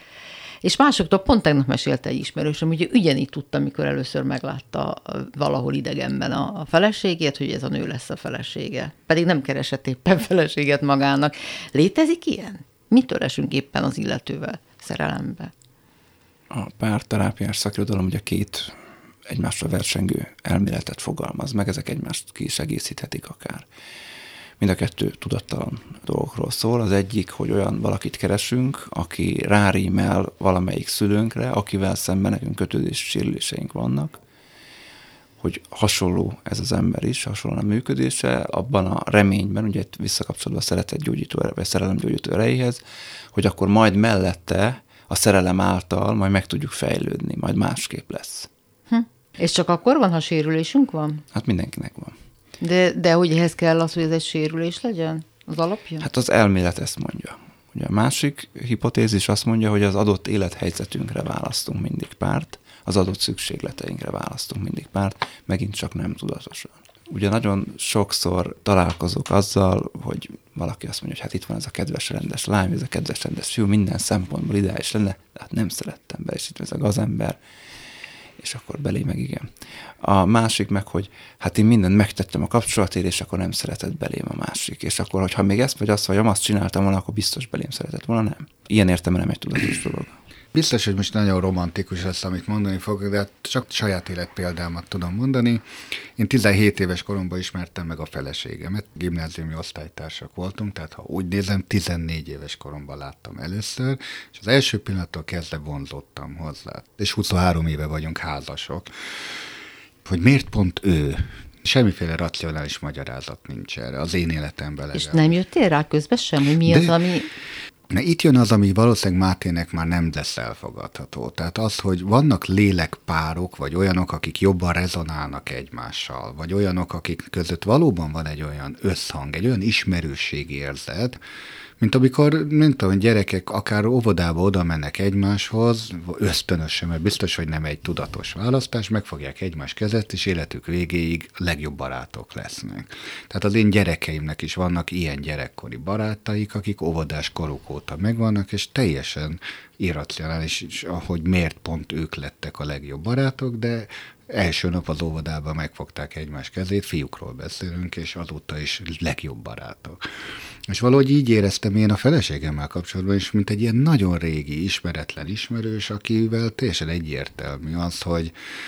És másoktól pont tegnap mesélte egy ismerősöm, hogy ő ugyanígy tudta, amikor először meglátta valahol idegenben a feleségét, hogy ez a nő lesz a felesége. Pedig nem keresett éppen feleséget magának. Létezik ilyen? Mitől esünk éppen az illetővel szerelembe? A párterápiás szakirodalom ugye két egymásra versengő elméletet fogalmaz meg, ezek egymást ki is egészíthetik akár. Mind a kettő tudattalan dolgokról szól. Az egyik, hogy olyan valakit keresünk, aki rárímel valamelyik szülőnkre, akivel szemben nekünk kötődési sérüléseink vannak, hogy hasonló ez az ember is, hasonló a működése, abban a reményben, ugye itt visszakapcsolódva a szeretetgyógyító, vagy szerelemgyógyító erejéhez, hogy akkor majd mellette a szerelem által majd meg tudjuk fejlődni, majd másképp lesz. És csak akkor van, ha sérülésünk van? Hát mindenkinek van. De hogy ehhez kell az, hogy ez egy sérülés legyen? Az alapja? Hát az elmélet ezt mondja. Ugye a másik hipotézis azt mondja, hogy az adott élethelyzetünkre választunk mindig párt, az adott szükségleteinkre választunk mindig párt, megint csak nem tudatosan. Ugye nagyon sokszor találkozok azzal, hogy valaki azt mondja, hogy hát itt van ez a kedves rendes lány, ez a kedves rendes fiú, minden szempontból ideális lenne, de hát nem szerettem be, és itt ez a gazember, és akkor belé meg igen. A másik meg, hogy hát én mindent megtettem a kapcsolatért, és akkor nem szeretett belém a másik. És akkor, hogyha még ezt vagy azt csináltam volna, akkor biztos belém szeretett volna, nem. Ilyen értelemben nem egy tudatos dolog. Biztos, hogy most nagyon romantikus lesz, amit mondani fogok, de csak saját élet példámat tudom mondani. Én 17 éves koromban ismertem meg a feleségemet, gimnáziumi osztálytársak voltunk, tehát ha úgy nézem, 14 éves koromban láttam először, és az első pillanattól kezdve vonzottam hozzá. És 23 éve vagyunk házasok. Hogy miért pont ő? Semmiféle racionális magyarázat nincs erre, az én életemben. És nem jöttél rá közben sem, hogy mi az, ami... Na, itt jön az, ami valószínűleg Mátének már nem lesz elfogadható. Tehát az, hogy vannak lélekpárok, vagy olyanok, akik jobban rezonálnak egymással, vagy olyanok, akik között valóban van egy olyan összhang, egy olyan ismerőségérzet, mint amikor, nem tudom, gyerekek akár óvodába oda mennek egymáshoz, ösztönösen, mert biztos, hogy nem egy tudatos választás, megfogják egymás kezet, és életük végéig legjobb barátok lesznek. Tehát az én gyerekeimnek is vannak ilyen gyerekkori barátaik, akik óvodás koruk óta megvannak, és teljesen irracionális, hogy miért pont ők lettek a legjobb barátok, de első nap az óvodában megfogták egymás kezét, fiúkról beszélünk, és azóta is legjobb barátok. És valahogy így éreztem én a feleségemmel kapcsolatban is, mint egy ilyen nagyon régi, ismeretlen ismerős, akivel teljesen egyértelmű az,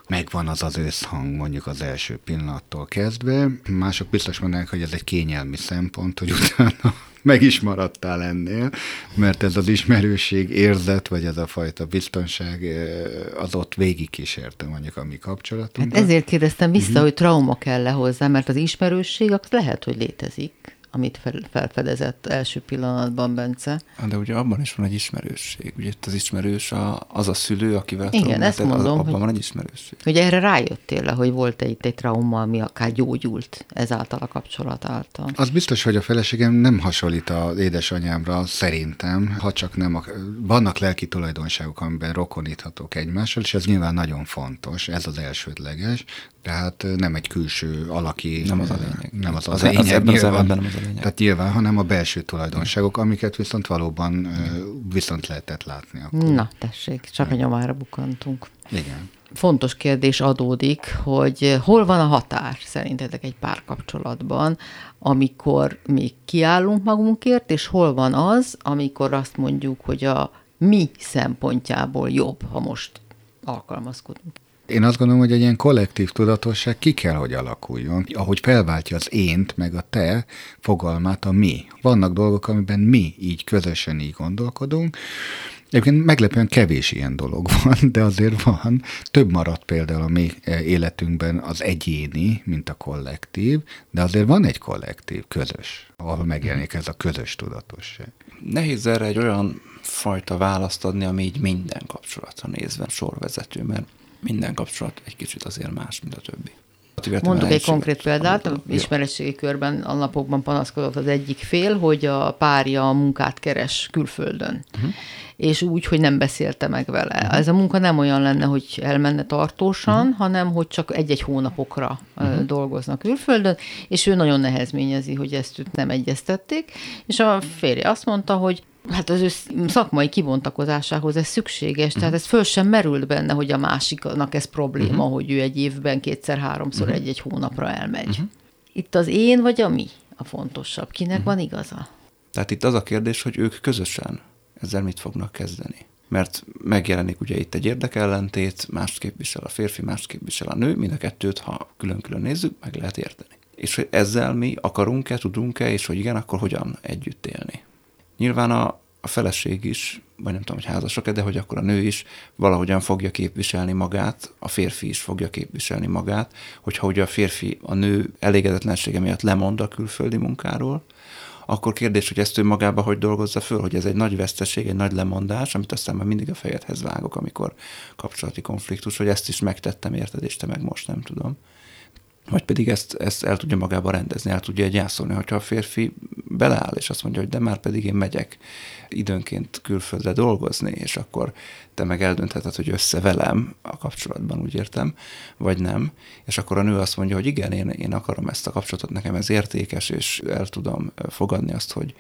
megvan az az összhang mondjuk az első pillanattól kezdve. Mások biztos mondanak, hogy ez egy kényelmi szempont, hogy utána meg is maradtál ennél, mert ez az ismerőség érzet, vagy ez a fajta biztonság az ott végig kísérte mondjuk a mi kapcsolatunkat. Hát ezért kérdeztem vissza, hogy trauma kell-e hozzá, mert az ismerőség az lehet, hogy létezik, amit felfedezett első pillanatban Bence. De ugye abban is van egy ismerősség. Ugye itt az ismerős az a szülő, akivel igen, ezt mondom, abban van egy ismerősség. Hogy erre rájöttél, hogy volt egy trauma, ami akár gyógyult ezáltal a kapcsolat által. Az biztos, hogy a feleségem nem hasonlít az édesanyámra szerintem, ha csak nem. Vannak lelki tulajdonságok, amiben rokoníthatók egymással, és ez nyilván nagyon fontos, ez az elsődleges, tehát nem egy külső alaki... Nem az a lényeg. Nem az a lényeg. Ebben az esetben nem az a lényeg. Tehát nyilván, hanem a belső tulajdonságok, amiket viszont valóban viszont lehetett látni akkor. Na, tessék, csak a nyomára bukantunk. Igen. Fontos kérdés adódik, hogy hol van a határ szerintetek egy párkapcsolatban, amikor még kiállunk magunkért, és hol van az, amikor azt mondjuk, hogy a mi szempontjából jobb, ha most alkalmazkodunk. Én azt gondolom, hogy egy ilyen kollektív tudatosság ki kell, hogy alakuljon, ahogy felváltja az ént, meg a te fogalmát a mi. Vannak dolgok, amiben mi így közösen így gondolkodunk. Egyébként meglepően kevés ilyen dolog van, de azért van. Több maradt például a mi életünkben az egyéni, mint a kollektív, de azért van egy kollektív, közös, ahol megjelenik ez a közös tudatosság. Nehéz erre egy olyan fajta választ adni, ami így minden kapcsolatra nézve sorvezető, mert minden kapcsolat egy kicsit azért más, mint a többi. Mondok egy konkrét példát, ismeretségi körben a napokban panaszkodott az egyik fél, hogy a párja a munkát keres külföldön. És úgy, hogy nem beszélte meg vele. Ez a munka nem olyan lenne, hogy elmenne tartósan, hanem hogy csak egy-egy hónapokra dolgoznak külföldön, és ő nagyon nehezményezi, hogy ezt őt nem egyeztették, és a férje azt mondta, hogy hát az ő szakmai kibontakozásához ez szükséges, tehát ez föl sem merült benne, hogy a másiknak ez probléma, hogy ő egy évben kétszer-háromszor egy-egy hónapra elmegy. Itt az én vagy a mi a fontosabb? Kinek van igaza? Tehát itt az a kérdés, hogy ők közösen ezzel mit fognak kezdeni. Mert megjelenik ugye itt egy érdekellentét, mást képvisel a férfi, mást képvisel a nő, mind a kettőt, ha külön-külön nézzük, meg lehet érteni. És hogy ezzel mi akarunk-e, tudunk-e, és hogy igen, akkor hogyan együtt élni. Nyilván a feleség is, vagy nem tudom, hogy házasok-e, de hogy akkor a nő is valahogyan fogja képviselni magát, a férfi is fogja képviselni magát, hogyha ugye a férfi a nő elégedetlensége miatt lemond a külföldi munkáról, akkor kérdés, hogy ezt ő magába hogy dolgozza föl, hogy ez egy nagy veszteség, egy nagy lemondás, amit aztán már mindig a fejedhez vágok, amikor kapcsolati konfliktus, hogy ezt is megtettem, érted, és te meg most nem tudom. Vagy pedig ezt el tudja magába rendezni, el tudja gyászolni, hogyha a férfi beleáll, és azt mondja, hogy de már pedig én megyek időnként külföldre dolgozni, és akkor te meg eldöntheted, hogy össze velem a kapcsolatban, úgy értem, vagy nem, és akkor a nő azt mondja, hogy igen, én akarom ezt a kapcsolatot, nekem ez értékes, és el tudom fogadni azt, hogy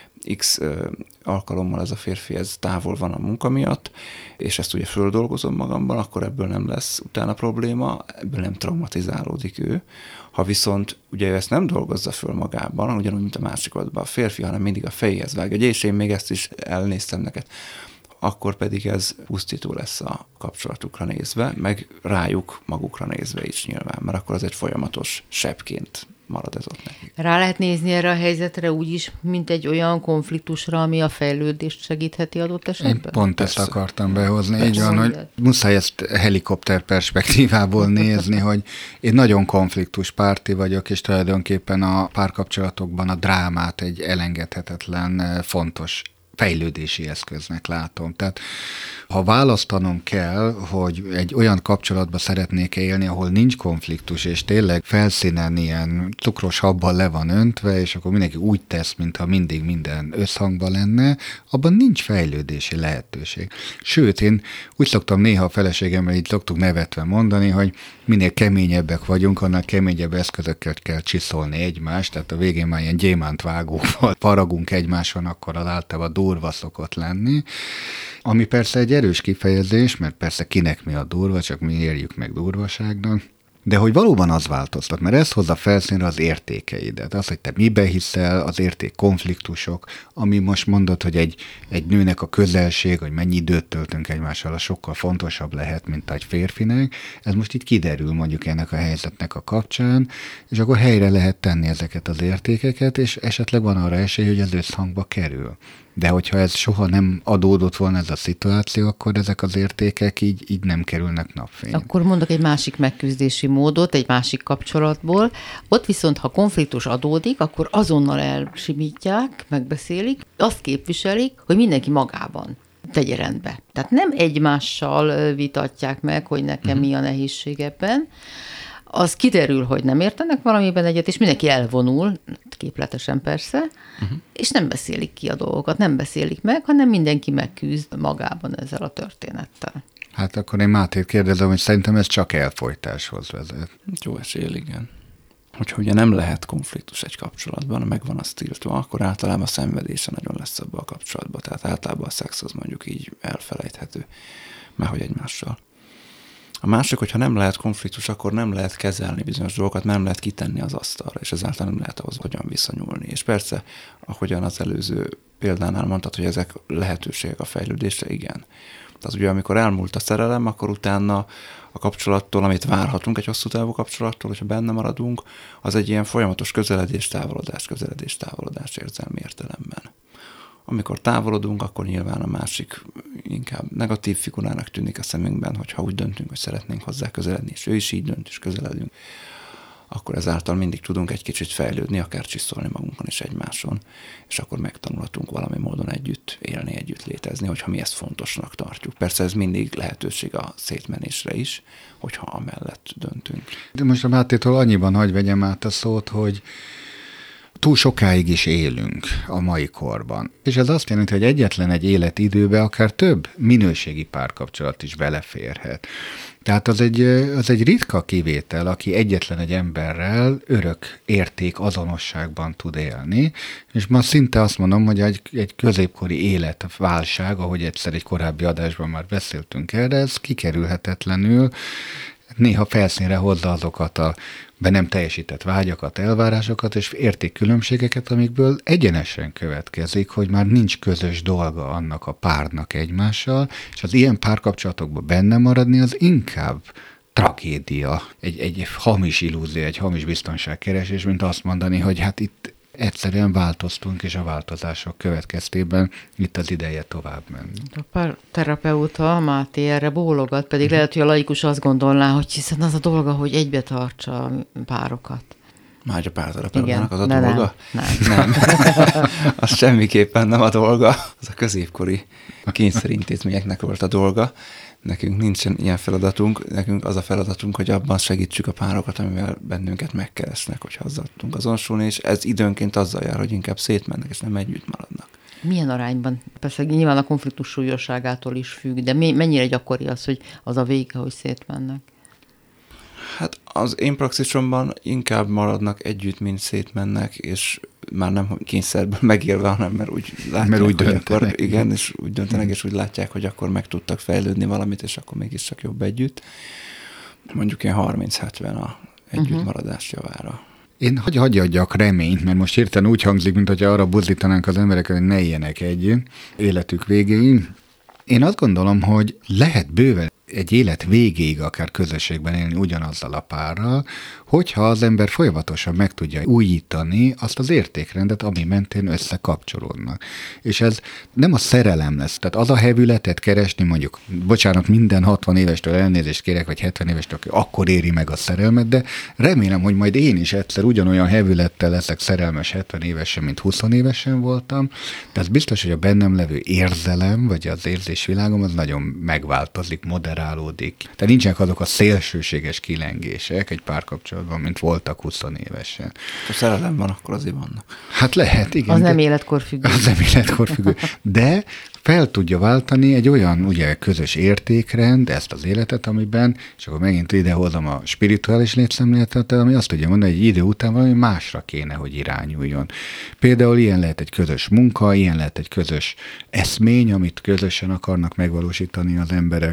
X alkalommal ez a férfi ez távol van a munka miatt, és ezt ugye földolgozom magamban, akkor ebből nem lesz utána probléma, ebből nem traumatizálódik ő. Ha viszont ugye ő ezt nem dolgozza föl magában, ugyanúgy, mint a másikatban a férfi, hanem mindig a fejéhez vágja, hogy és én még ezt is elnéztem neked, akkor pedig ez pusztító lesz a kapcsolatukra nézve, meg rájuk magukra nézve is nyilván, mert akkor az egy folyamatos sebként marad ez ott neki. Rá lehet nézni erre a helyzetre úgy is, mint egy olyan konfliktusra, ami a fejlődést segítheti adott esetben? Én pont ezt akartam behozni. Így van, hogy muszáj ezt helikopter perspektívából nézni, hogy én nagyon konfliktuspárti vagyok, és tulajdonképpen a párkapcsolatokban a drámát egy elengedhetetlen, fontos fejlődési eszköznek látom. Tehát ha választanom kell, hogy egy olyan kapcsolatba szeretnék élni, ahol nincs konfliktus, és tényleg felszínen ilyen cukros habbal le van öntve, és akkor mindenki úgy tesz, mintha mindig minden összhangban lenne, abban nincs fejlődési lehetőség. Sőt, én úgy szoktam néha a feleségemmel így szoktuk nevetve mondani, hogy minél keményebbek vagyunk, annál keményebb eszközökkel kell csiszolni egymást, tehát a végén már ilyen gyémántvágóval faragunk egymáson, akkor az általában durva szokott lenni, ami persze egy erős kifejezés, mert persze kinek mi a durva, csak mi érjük meg durvaságnak, de hogy valóban az változtat, mert ez hozza felszínre az értékeidet. Az, hogy te miben hiszel, az értékkonfliktusok, ami most mondod, hogy egy nőnek a közelség, hogy mennyi időt töltünk egymással, az sokkal fontosabb lehet, mint egy férfinek. Ez most így kiderül mondjuk ennek a helyzetnek a kapcsán, és akkor helyre lehet tenni ezeket az értékeket, és esetleg van arra esély, hogy ez összhangba kerül. De hogyha ez soha nem adódott volna ez a szituáció, akkor ezek az értékek így nem kerülnek napfényre. Akkor mondok egy másik megküzdési módot, egy másik kapcsolatból. Ott viszont, ha konfliktus adódik, akkor azonnal elsimítják, megbeszélik, azt képviselik, hogy mindenki magában tegye rendbe. Tehát nem egymással vitatják meg, hogy nekem mi a nehézség ebben. Az kiderül, hogy nem értenek valamiben egyet, és mindenki elvonul, képletesen persze, és nem beszélik ki a dolgokat, nem beszélik meg, hanem mindenki megküzd magában ezzel a történettel. Hát akkor én Mátét kérdezem, hogy szerintem ez csak elfojtáshoz vezet. Jó esély, igen. Hogyha ugye nem lehet konfliktus egy kapcsolatban, megvan az tiltva, akkor általában a szenvedése nagyon lesz abban a kapcsolatban. Tehát általában a szex az mondjuk így elfelejthető, márhogy egymással. A másik, hogyha nem lehet konfliktus, akkor nem lehet kezelni bizonyos dolgokat, nem lehet kitenni az asztalra, és ezáltal nem lehet ahhoz hogyan viszonyulni. És persze, ahogyan az előző példánál mondtad, hogy ezek lehetőségek a fejlődésre, igen. Tehát ugye amikor elmúlt a szerelem, akkor utána a kapcsolattól, amit várhatunk egy hosszú távú kapcsolattól, hogyha benne maradunk, az egy ilyen folyamatos közeledés-távolodás érzelmi értelemben. Amikor távolodunk, akkor nyilván a másik inkább negatív figurának tűnik a szemünkben, hogyha úgy döntünk, hogy szeretnénk hozzá közeledni, és ő is így dönt, és közeledünk, akkor ezáltal mindig tudunk egy kicsit fejlődni, akár csiszolni magunkon és egymáson, és akkor megtanulhatunk valami módon együtt élni, együtt létezni, hogyha mi ezt fontosnak tartjuk. Persze ez mindig lehetőség a szétmenésre is, hogyha amellett döntünk. De most a Mátétól annyiban hagy vegyem át a szót, hogy túl sokáig is élünk a mai korban. És ez azt jelenti, hogy egyetlen egy életidőbe akár több minőségi párkapcsolat is beleférhet. Tehát az egy ritka kivétel, aki egyetlen egy emberrel örök érték azonosságban tud élni, és ma szinte azt mondom, hogy egy középkori életválság, ahogy egyszer egy korábbi adásban már beszéltünk erre, ez kikerülhetetlenül néha felszínre hozza azokat a be nem teljesített vágyakat, elvárásokat és értékkülönbségeket, amikből egyenesen következik, hogy már nincs közös dolga annak a párnak egymással, és az ilyen párkapcsolatokban benne maradni az inkább tragédia, egy hamis illúzió, egy hamis biztonságkeresés, mint azt mondani, hogy hát itt egyszerűen változtunk, és a változások következtében itt az ideje tovább menni. A párterapeuta Máté erre bólogat, pedig lehet, hogy a laikus azt gondolná, hogy hiszen az a dolga, hogy egybe tartsa a párokat. Már a párterapeutának az a dolga? Nem. Az semmiképpen nem a dolga. Az a középkori kényszerintézményeknek volt a dolga. Nekünk nincsen ilyen feladatunk, nekünk az a feladatunk, hogy abban segítsük a párokat, amivel bennünket megkeresnek, hogy hozzá tudunk azonosulni, és ez időnként azzal jár, hogy inkább szétmennek, és nem együtt maradnak. Milyen arányban? Persze nyilván a konfliktus súlyosságától is függ, de mennyire gyakori az, hogy az a vége, hogy szétmennek? Hát az én praxisomban inkább maradnak együtt, mint szétmennek, és már nem kényszerből megélve, hanem mert úgy látják, mert úgy hogy akkor, igen, és úgy döntenek, és úgy látják, hogy akkor meg tudtak fejlődni valamit, és akkor mégiscsak jobb együtt. Mondjuk ilyen 30-70 a együttmaradás javára. Én hagyj adjak reményt, mert most hirtelen úgy hangzik, mint hogyha arra buzdítanánk az embereket, hogy ne éljenek együtt életük végéig. Én azt gondolom, hogy lehet bőven egy élet végéig akár közösségben élni ugyanazzal a párral, hogyha az ember folyamatosan meg tudja újítani azt az értékrendet, ami mentén összekapcsolódnak. És ez nem a szerelem lesz. Tehát az a hevületet keresni, mondjuk, bocsánat, minden 60 évestől elnézést kérek, vagy 70 évestől, akkor éri meg a szerelmet, de remélem, hogy majd én is egyszer ugyanolyan hevülettel leszek szerelmes 70 évesen, mint 20 évesen voltam. De az biztos, hogy a bennem levő érzelem, vagy az érzésvilágom, az nagyon megváltozik, moderálódik. Tehát nincsenek azok a szélsőséges kilengések egy párkapcsolatban, mint voltak 20 évesen. Ha szerelem van, akkor azért vannak. Hát lehet, igen. Az nem életkorfüggő. Az nem életkorfüggő. De fel tudja váltani egy olyan ugye közös értékrend, ezt az életet, amiben, és akkor megint idehozom a spirituális létszemléletet, ami azt tudja mondani, hogy egy idő után valami másra kéne, hogy irányuljon. Például ilyen lehet egy közös munka, ilyen lehet egy közös eszmény, amit közösen akarnak megvalósítani az emberek.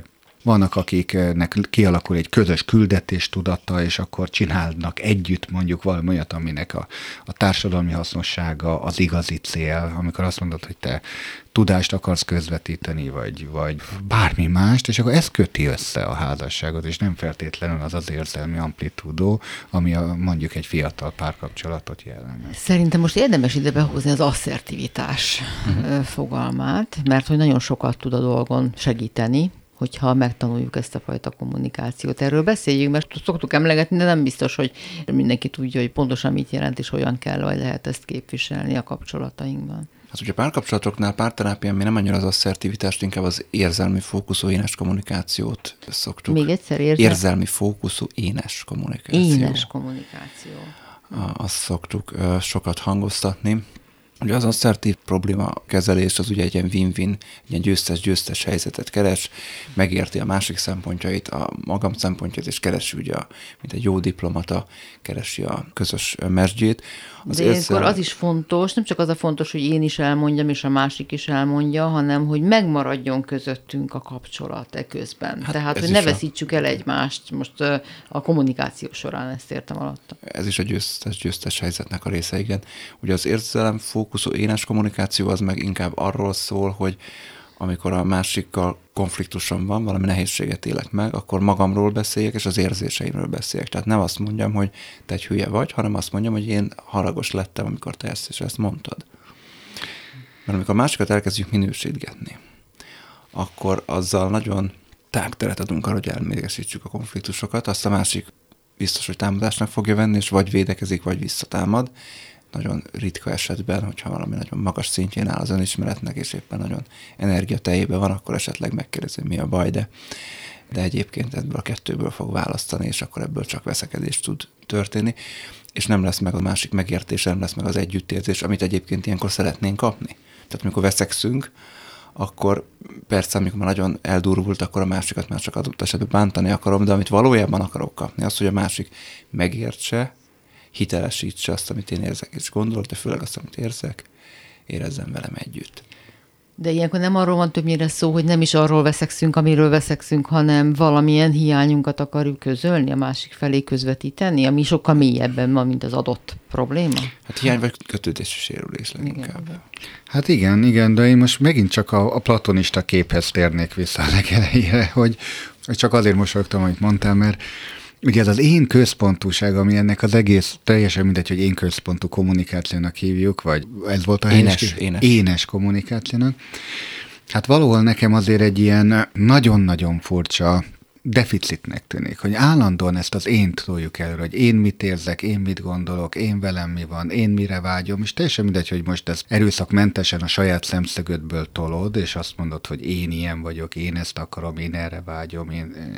vannak, akiknek kialakul egy közös küldetés tudata, és akkor csinálnak együtt mondjuk valami olyat, aminek a társadalmi hasznossága az igazi cél, amikor azt mondod, hogy te tudást akarsz közvetíteni, vagy bármi mást, és akkor ez köti össze a házasságot, és nem feltétlenül az érzelmi amplitúdó, ami mondjuk egy fiatal párkapcsolatot jellemez. Szerintem most érdemes ide behozni az asszertivitás fogalmát, mert hogy nagyon sokat tud a dolgon segíteni, hogyha megtanuljuk ezt a fajta kommunikációt. Erről beszéljünk, mert szoktuk emlegetni, de nem biztos, hogy mindenki tudja, hogy pontosan mit jelent, és hogyan kell, vagy lehet ezt képviselni a kapcsolatainkban. Hát ugye párkapcsolatoknál, párterápián mi nem annyira az asszertivitást, inkább az érzelmi fókuszú énes kommunikációt szoktuk. Még egyszer érzelmi fókuszú énes kommunikáció. Énes kommunikáció. Azt szoktuk sokat hangoztatni. Ugye az asszertív probléma kezelés az ugye egy ilyen win-win, egy ilyen győztes-győztes helyzetet keres, megérti a másik szempontjait, a magam szempontjait, és keresi ugye, mint egy jó diplomata, keresi a közös mesdjét. De ilyenkor az is fontos, nem csak az a fontos, hogy én is elmondjam, és a másik is elmondja, hanem hogy megmaradjon közöttünk a kapcsolat eközben. Hát tehát, hogy ne veszítsük el egymást most a kommunikáció során, ezt értem alatta. Ez is a győztes helyzetnek a része, igen. Ugye az érzelemfókuszú énes kommunikáció az meg inkább arról szól, hogy amikor a másikkal konfliktusom van, valami nehézséget élek meg, akkor magamról beszéljek, és az érzéseimről beszéljek. Tehát nem azt mondjam, hogy te egy hülye vagy, hanem azt mondjam, hogy én haragos lettem, amikor te ezt mondtad. Mert amikor a másikat elkezdjük minősítgetni, akkor azzal nagyon tágteret adunk arra, hogy elmégesítsük a konfliktusokat, azt a másik biztos, hogy támadásnak fogja venni, és vagy védekezik, vagy visszatámad. Nagyon ritka esetben, hogyha valami nagyon magas szintjén áll az önismeretnek, és éppen nagyon energiatejében van, akkor esetleg megkérdezi, mi a baj, de egyébként ebből a kettőből fog választani, és akkor ebből csak veszekedés tud történni, és nem lesz meg a másik megértés, nem lesz meg az együttérzés, amit egyébként ilyenkor szeretnénk kapni. Tehát amikor veszekszünk, akkor persze, amikor már nagyon eldurvult, akkor a másikat már csak adott esetben bántani akarom, de amit valójában akarok kapni, az, hogy a másik megértse, hitelesítse azt, amit én érzek, és gondolok, de főleg azt, amit érzek, érezzem velem együtt. De ilyenkor nem arról van többnyire szó, hogy nem is arról veszekszünk, amiről veszekszünk, hanem valamilyen hiányunkat akarjuk közölni, a másik felé közvetíteni, ami sokkal mélyebben van, mint az adott probléma. Hát hiány vagy kötődési sérülés leginkább. Igen. Hát igen, de én most megint csak a platonista képhez térnék vissza a legelejére, hogy csak azért mosolyogtam, amit mondtál, mert ugye ez az én központúság, ami ennek az egész, teljesen mindegy, hogy én központú kommunikációnak hívjuk, vagy ez volt a énes kommunikációnak. Hát valahol nekem azért egy ilyen nagyon-nagyon furcsa deficitnek tűnik, hogy állandóan ezt az ént toljuk előre, hogy én mit érzek, én mit gondolok, én velem mi van, én mire vágyom, és teljesen mindegy, hogy most ezt erőszakmentesen a saját szemszögödből tolod, és azt mondod, hogy én ilyen vagyok, én ezt akarom, én erre vágyom,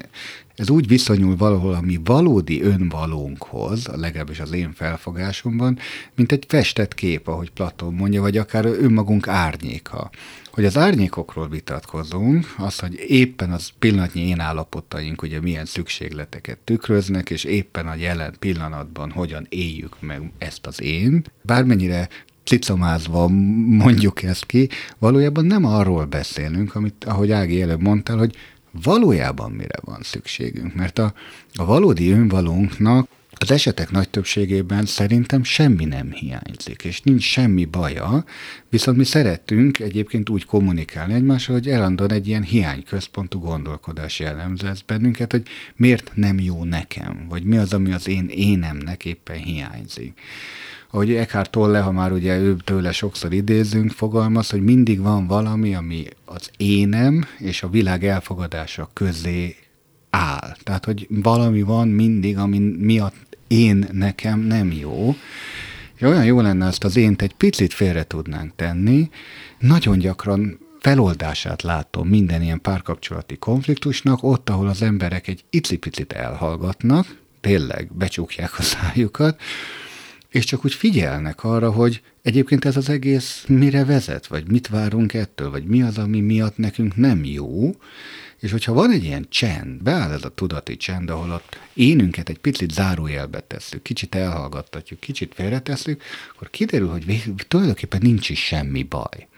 ez úgy viszonyul valahol a mi valódi önvalónkhoz, legalábbis az én felfogásomban, mint egy festett kép, ahogy Platón mondja, vagy akár önmagunk árnyéka. Hogy az árnyékokról vitatkozunk, az, hogy éppen az pillanatnyi én állapotaink ugye milyen szükségleteket tükröznek, és éppen a jelen pillanatban hogyan éljük meg ezt az én, bármennyire cicomázva mondjuk ezt ki, valójában nem arról beszélünk, amit, ahogy Ági előbb mondtál, hogy valójában mire van szükségünk. Mert a valódi önvalónknak az esetek nagy többségében szerintem semmi nem hiányzik, és nincs semmi baja, viszont mi szeretünk egyébként úgy kommunikálni egymással, hogy állandóan egy ilyen hiányközpontú gondolkodás jellemző ez bennünket, hogy miért nem jó nekem, vagy mi az, ami az én énemnek éppen hiányzik. Ahogy Eckhart Tolle, ha már ugye ő tőle sokszor idézünk, fogalmaz, hogy mindig van valami, ami az énem és a világ elfogadása közé áll. Tehát, hogy valami van mindig, ami miatt én nekem nem jó. És olyan jó lenne ezt az ént egy picit félre tudnánk tenni. Nagyon gyakran feloldását látom minden ilyen párkapcsolati konfliktusnak, ott, ahol az emberek egy icipicit elhallgatnak, tényleg becsukják a szájukat, és csak úgy figyelnek arra, hogy egyébként ez az egész mire vezet, vagy mit várunk ettől, vagy mi az, ami miatt nekünk nem jó, és hogyha van egy ilyen csend, beáll ez a tudati csend, ahol ott énünket egy picit zárójelbe tesszük, kicsit elhallgattatjuk, kicsit félretesszük, akkor kiderül, hogy tulajdonképpen nincs is semmi baj.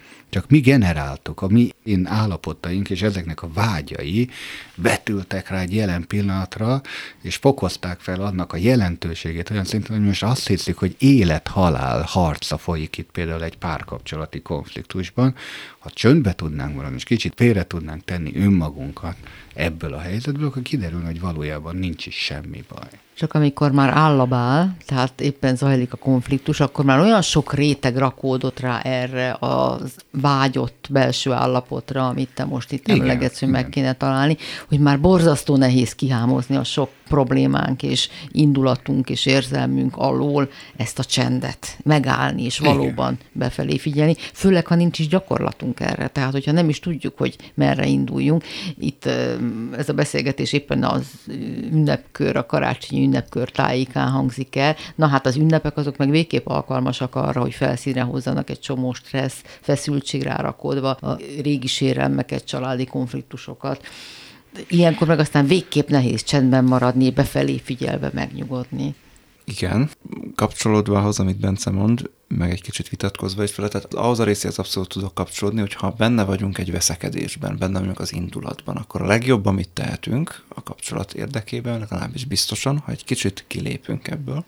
Csak mi generáltuk, a mi állapotaink és ezeknek a vágyai vetültek rá egy jelen pillanatra, és fokozták fel annak a jelentőségét olyan szinten, hogy most azt hiszik, hogy élet-halál harca folyik itt például egy párkapcsolati konfliktusban. Ha csöndbe tudnánk valami, és kicsit félre tudnánk tenni önmagunkat ebből a helyzetből, akkor kiderül, hogy valójában nincs is semmi baj. Csak amikor már állabál, tehát éppen zajlik a konfliktus, akkor már olyan sok réteg rakódott rá erre a vágyott belső állapotra, amit te most itt emlegetsz, hogy meg kéne találni, hogy már borzasztó nehéz kihámozni a sok problémánk és indulatunk és érzelmünk alól ezt a csendet, megállni és valóban befelé figyelni, főleg, ha nincs is gyakorlatunk erre. Tehát, hogyha nem is tudjuk, hogy merre induljunk. Itt ez a beszélgetés éppen az ünnepkör, a karácsonyi ünnepkör tájékán hangzik el. Na hát az ünnepek azok meg végképp alkalmasak arra, hogy felszínre hozzanak egy csomó stressz, feszültségre rakodva a régi sérelmeket, családi konfliktusokat. Ilyenkor meg aztán végképp nehéz csendben maradni, befelé figyelve megnyugodni. Igen, kapcsolódva ahhoz, amit Bence mond, meg egy kicsit vitatkozva is vele, tehát ahhoz a részéhez abszolút tudok kapcsolódni, hogy ha benne vagyunk egy veszekedésben, benne vagyunk az indulatban, akkor a legjobb, amit tehetünk a kapcsolat érdekében, legalábbis biztosan, ha egy kicsit kilépünk ebből,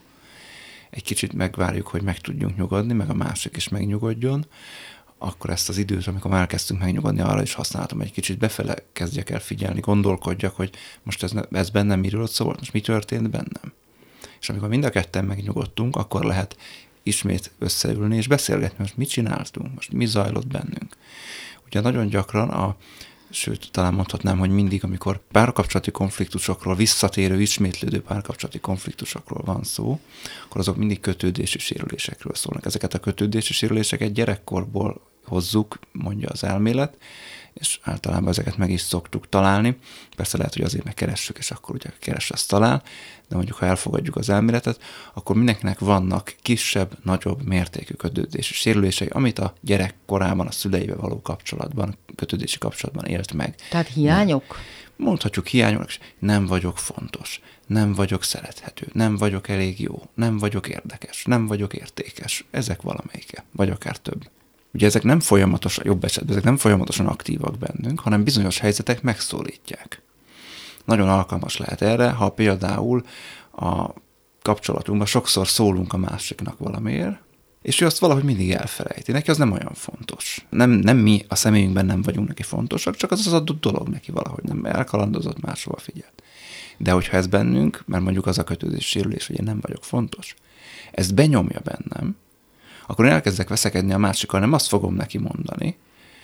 egy kicsit megvárjuk, hogy meg tudjunk nyugodni, meg a másik is megnyugodjon, akkor ezt az időt, amikor már elkezdtünk megnyugodni, arra is használtam, egy kicsit befele kezdjek el figyelni, gondolkodjak, hogy most ez bennem miről szólt, most mi történt bennem. És amikor mind a ketten megnyugodtunk, akkor lehet ismét összeülni és beszélgetni, most mit csináltunk, most mi zajlott bennünk. Ugye nagyon gyakran, sőt, talán mondhatnám, hogy mindig, amikor párkapcsolati konfliktusokról, visszatérő, ismétlődő párkapcsolati konfliktusokról van szó, akkor azok mindig kötődési sérülésekről szólnak. Ezeket a kötődési sérüléseket gyerekkorból hozzuk, mondja az elmélet, és általában ezeket meg is szoktuk találni. Persze lehet, hogy azért megkeressük, és akkor ugye keres, azt talál, de mondjuk, ha elfogadjuk az elméletet, akkor mindenkinek vannak kisebb, nagyobb mértékű kötődési sérülései, amit a gyerek korában a szüleivel való kapcsolatban, kötődési kapcsolatban élt meg. Tehát hiányok? Mondhatjuk hiányok, nem vagyok fontos, nem vagyok szerethető, nem vagyok elég jó, nem vagyok érdekes, nem vagyok értékes. Ezek valamelyike, vagy akár több. Ugye ezek nem folyamatosan, jobb esetben, ezek nem folyamatosan aktívak bennünk, hanem bizonyos helyzetek megszólítják. Nagyon alkalmas lehet erre, ha például a kapcsolatunkban sokszor szólunk a másiknak valamiért, és ő azt valahogy mindig elfelejti. Neki az nem olyan fontos. Nem mi a személyünkben nem vagyunk neki fontosak, csak az adott dolog neki valahogy nem elkalandozott, máshova figyelt. De hogyha ez bennünk, mert mondjuk az a kötődés sérülés, hogy én nem vagyok fontos, ezt benyomja bennem, akkor én elkezdek veszekedni a másikkal, nem azt fogom neki mondani,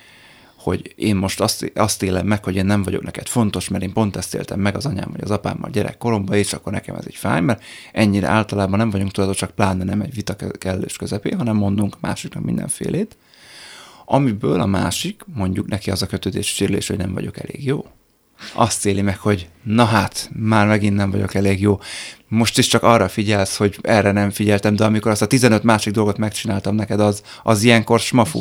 hogy én most azt élem meg, hogy én nem vagyok neked fontos, mert én pont ezt éltem meg az anyám vagy az apámmal gyerekkoromban, és akkor nekem ez egy fáj, mert ennyire általában nem vagyunk tudatosak, pláne nem egy vita kellős közepén, hanem mondunk a másiknak mindenfélét, amiből a másik, mondjuk neki az a kötődési sérülés, hogy nem vagyok elég jó. Azt éli meg, hogy na hát, már megint nem vagyok elég jó. Most is csak arra figyelsz, hogy erre nem figyeltem, de amikor azt a 15 másik dolgot megcsináltam neked, az ilyenkor smafú,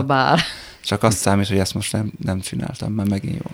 csak azt számít, hogy ezt most nem csináltam, már megint jól.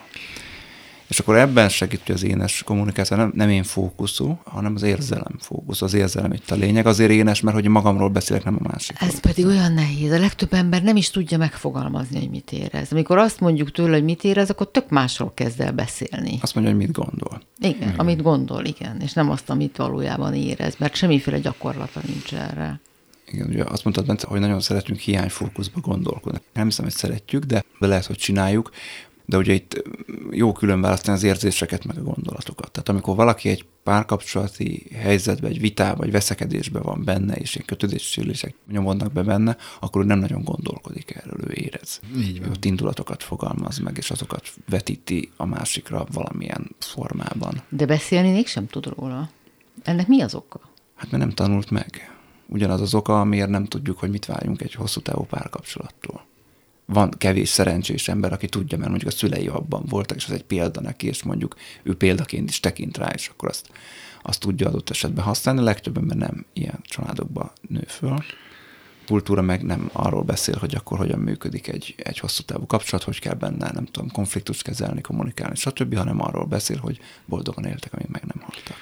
És akkor ebben segít az énes kommunikáció, nem én fókuszú, hanem az érzelem fókuszú, az érzelem itt a lényeg. Azért énes, mert hogy magamról beszélek, nem a másikról. Ez pedig olyan nehéz. A legtöbb ember nem is tudja megfogalmazni, hogy mit érez. Amikor azt mondjuk tőle, hogy mit érez, akkor tök másról kezd el beszélni. Azt mondja, hogy mit gondol. Igen, amit gondol, igen. És nem azt, amit valójában érez, mert semmiféle gyakorlata nincs erre. Igen, ugye azt mondtad, Bence, hogy nagyon szeretünk hiányfókuszba gondolkodni. Nem hiszem, hogy szeretjük, de lehet, hogy csináljuk. De ugye itt jó különválasztani az érzéseket, meg a gondolatokat. Tehát amikor valaki egy párkapcsolati helyzetben, egy vitában, vagy veszekedésben van benne, és ilyen kötődési sérülések nyomodnak be benne, akkor ő nem nagyon gondolkodik erről, ő érez. Így van. Ő indulatokat fogalmaz meg, és azokat vetíti a másikra valamilyen formában. De beszélni mégsem tud róla. Ennek mi az oka? Hát mert nem tanult meg. Ugyanaz az oka, amiért nem tudjuk, hogy mit várjunk egy hosszú távú párkapcsolattól. Van kevés szerencsés ember, aki tudja, mert mondjuk a szülei abban voltak, és az egy példa neki, és mondjuk ő példaként is tekint rá, és akkor azt tudja adott esetben használni. A legtöbb ember nem ilyen családokba nő föl. Kultúra meg nem arról beszél, hogy akkor hogyan működik egy hosszú távú kapcsolat, hogy kell benne, nem tudom, konfliktust kezelni, kommunikálni, stb., hanem arról beszél, hogy boldogan éltek, amíg meg nem haltak.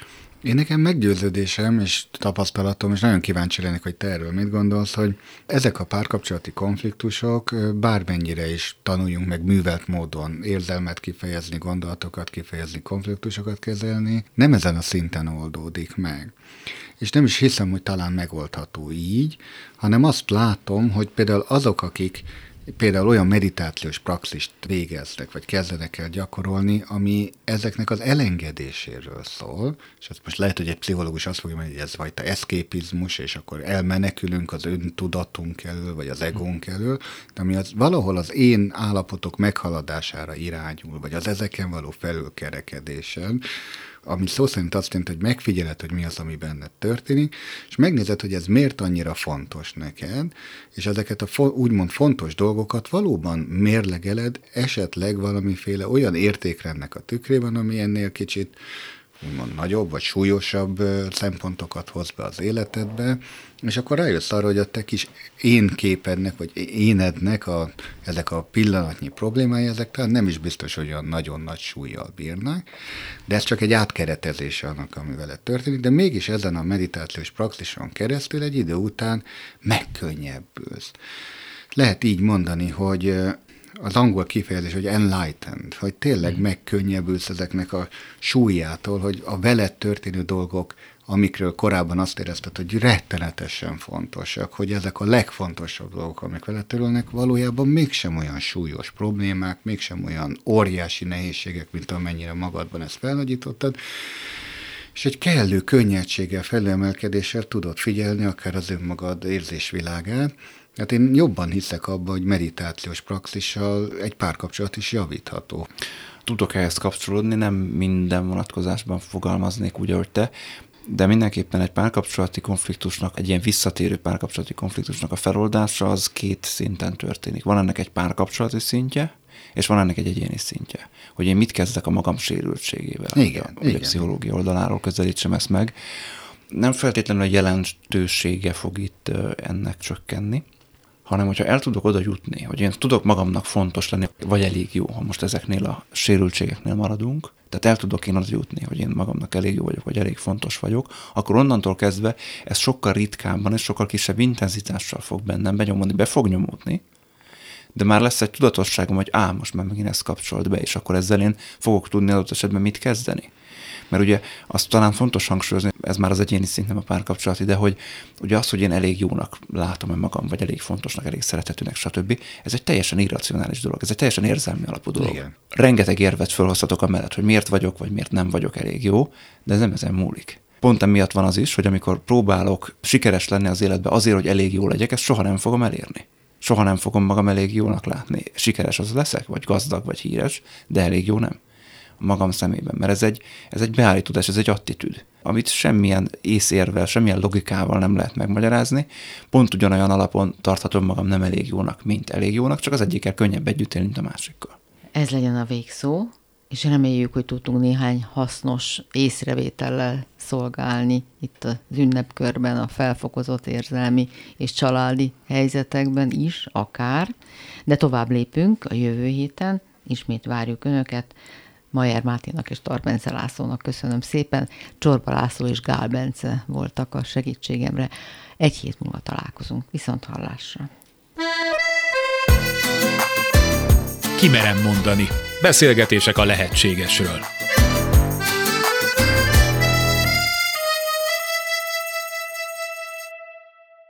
Én nekem meggyőződésem és tapasztalatom, és nagyon kíváncsi lennék, hogy te erről mit gondolsz, hogy ezek a párkapcsolati konfliktusok bármennyire is tanuljunk meg művelt módon érzelmet kifejezni, gondolatokat kifejezni, konfliktusokat kezelni, nem ezen a szinten oldódik meg. És nem is hiszem, hogy talán megoldható így, hanem azt látom, hogy például azok, akik például olyan meditációs praxist végeztek, vagy kezdenek el gyakorolni, ami ezeknek az elengedéséről szól, és ez most lehet, hogy egy pszichológus azt fogja mondani, hogy ez fajta eszképizmus, és akkor elmenekülünk az öntudatunk elől, vagy az egónk elől, de ami az valahol az én állapotok meghaladására irányul, vagy az ezeken való felülkerekedésen, ami szó szerint azt jelenti, hogy megfigyeled, hogy mi az, ami benned történik, és megnézed, hogy ez miért annyira fontos neked, és ezeket a úgymond fontos dolgokat valóban mérlegeled esetleg valamiféle olyan értékrendnek a tükrében, ami ennél kicsit úgymond nagyobb vagy súlyosabb szempontokat hoz be az életedbe, és akkor rájössz arra, hogy a te kis én képednek, vagy énednek ezek a pillanatnyi problémái, ezek talán nem is biztos, hogy olyan nagyon nagy súllyal bírnak, de ez csak egy átkeretezése annak, ami veled történik, de mégis ezen a meditációs praxison keresztül egy idő után megkönnyebbülsz. Lehet így mondani, hogy az angol kifejezés, hogy enlightened, hogy tényleg megkönnyebbülsz ezeknek a súlyától, hogy a veled történő dolgok, amikről korábban azt érezted, hogy rettenetesen fontosak, hogy ezek a legfontosabb dolgok, amik veled törülnek, valójában mégsem olyan súlyos problémák, mégsem olyan óriási nehézségek, mint amennyire magadban ezt felnagyítottad, és egy kellő könnyedséggel, felülemelkedéssel tudod figyelni akár az önmagad érzésvilágát. Hát én jobban hiszek abba, hogy meditációs praxissal egy párkapcsolat is javítható. Tudok ehhez kapcsolódni, nem minden vonatkozásban fogalmaznék úgy, ahogy te, de mindenképpen egy párkapcsolati konfliktusnak, egy ilyen visszatérő párkapcsolati konfliktusnak a feloldása az két szinten történik. Van ennek egy párkapcsolati szintje, és van ennek egy egyéni szintje. Hogy én mit kezdek a magam sérültségével. Igen. A pszichológia oldaláról közelítsem ezt meg. Nem feltétlenül a jelentősége fog itt ennek csökkenni, hanem hogyha el tudok oda jutni, hogy én tudok magamnak fontos lenni, vagy elég jó, ha most ezeknél a sérültségeknél maradunk, tehát el tudok én oda jutni, hogy én magamnak elég jó vagyok, vagy elég fontos vagyok, akkor onnantól kezdve ez sokkal ritkábban és sokkal kisebb intenzitással fog bennem benyomódni, be fog nyomódni, de már lesz egy tudatosságom, hogy most már megint ezt kapcsolt be, és akkor ezzel én fogok tudni adott esetben mit kezdeni. Mert ugye azt talán fontos hangsúlyozni, ez már az egyéni szint, nem a párkapcsolati, de hogy ugye az, hogy én elég jónak látom magam, vagy elég fontosnak, elég szerethetőnek, stb. Ez egy teljesen irracionális dolog, ez egy teljesen érzelmi alapú dolog. Igen. Rengeteg érvet felhozhatok amellett, hogy miért vagyok, vagy miért nem vagyok elég jó, de ez nem ezen múlik. Pont emiatt van az is, hogy amikor próbálok sikeres lenni az életben azért, hogy elég jó legyek, ezt soha nem fogom elérni. Soha nem fogom magam elég jónak látni. Sikeres az leszek, vagy gazdag, vagy híres, de elég jó nem. Magam szemében, mert ez egy beállítódás, ez egy attitűd, amit semmilyen észérvel, semmilyen logikával nem lehet megmagyarázni. Pont ugyanolyan alapon tarthatom magam nem elég jónak, mint elég jónak, csak az egyikkel könnyebb együtt élni, mint a másikkal. Ez legyen a végszó, és reméljük, hogy tudtunk néhány hasznos észrevétellel szolgálni itt az ünnepkörben, a felfokozott érzelmi és családi helyzetekben is, akár, de tovább lépünk a jövő héten, ismét várjuk Önöket. Majer Máténak és Tar Bence Lászlónak köszönöm szépen. Csorba László és Gál Bence voltak a segítségemre. Egy hét múlva találkozunk. Viszonthallásra. Kimerem mondani. Beszélgetések a lehetségesről.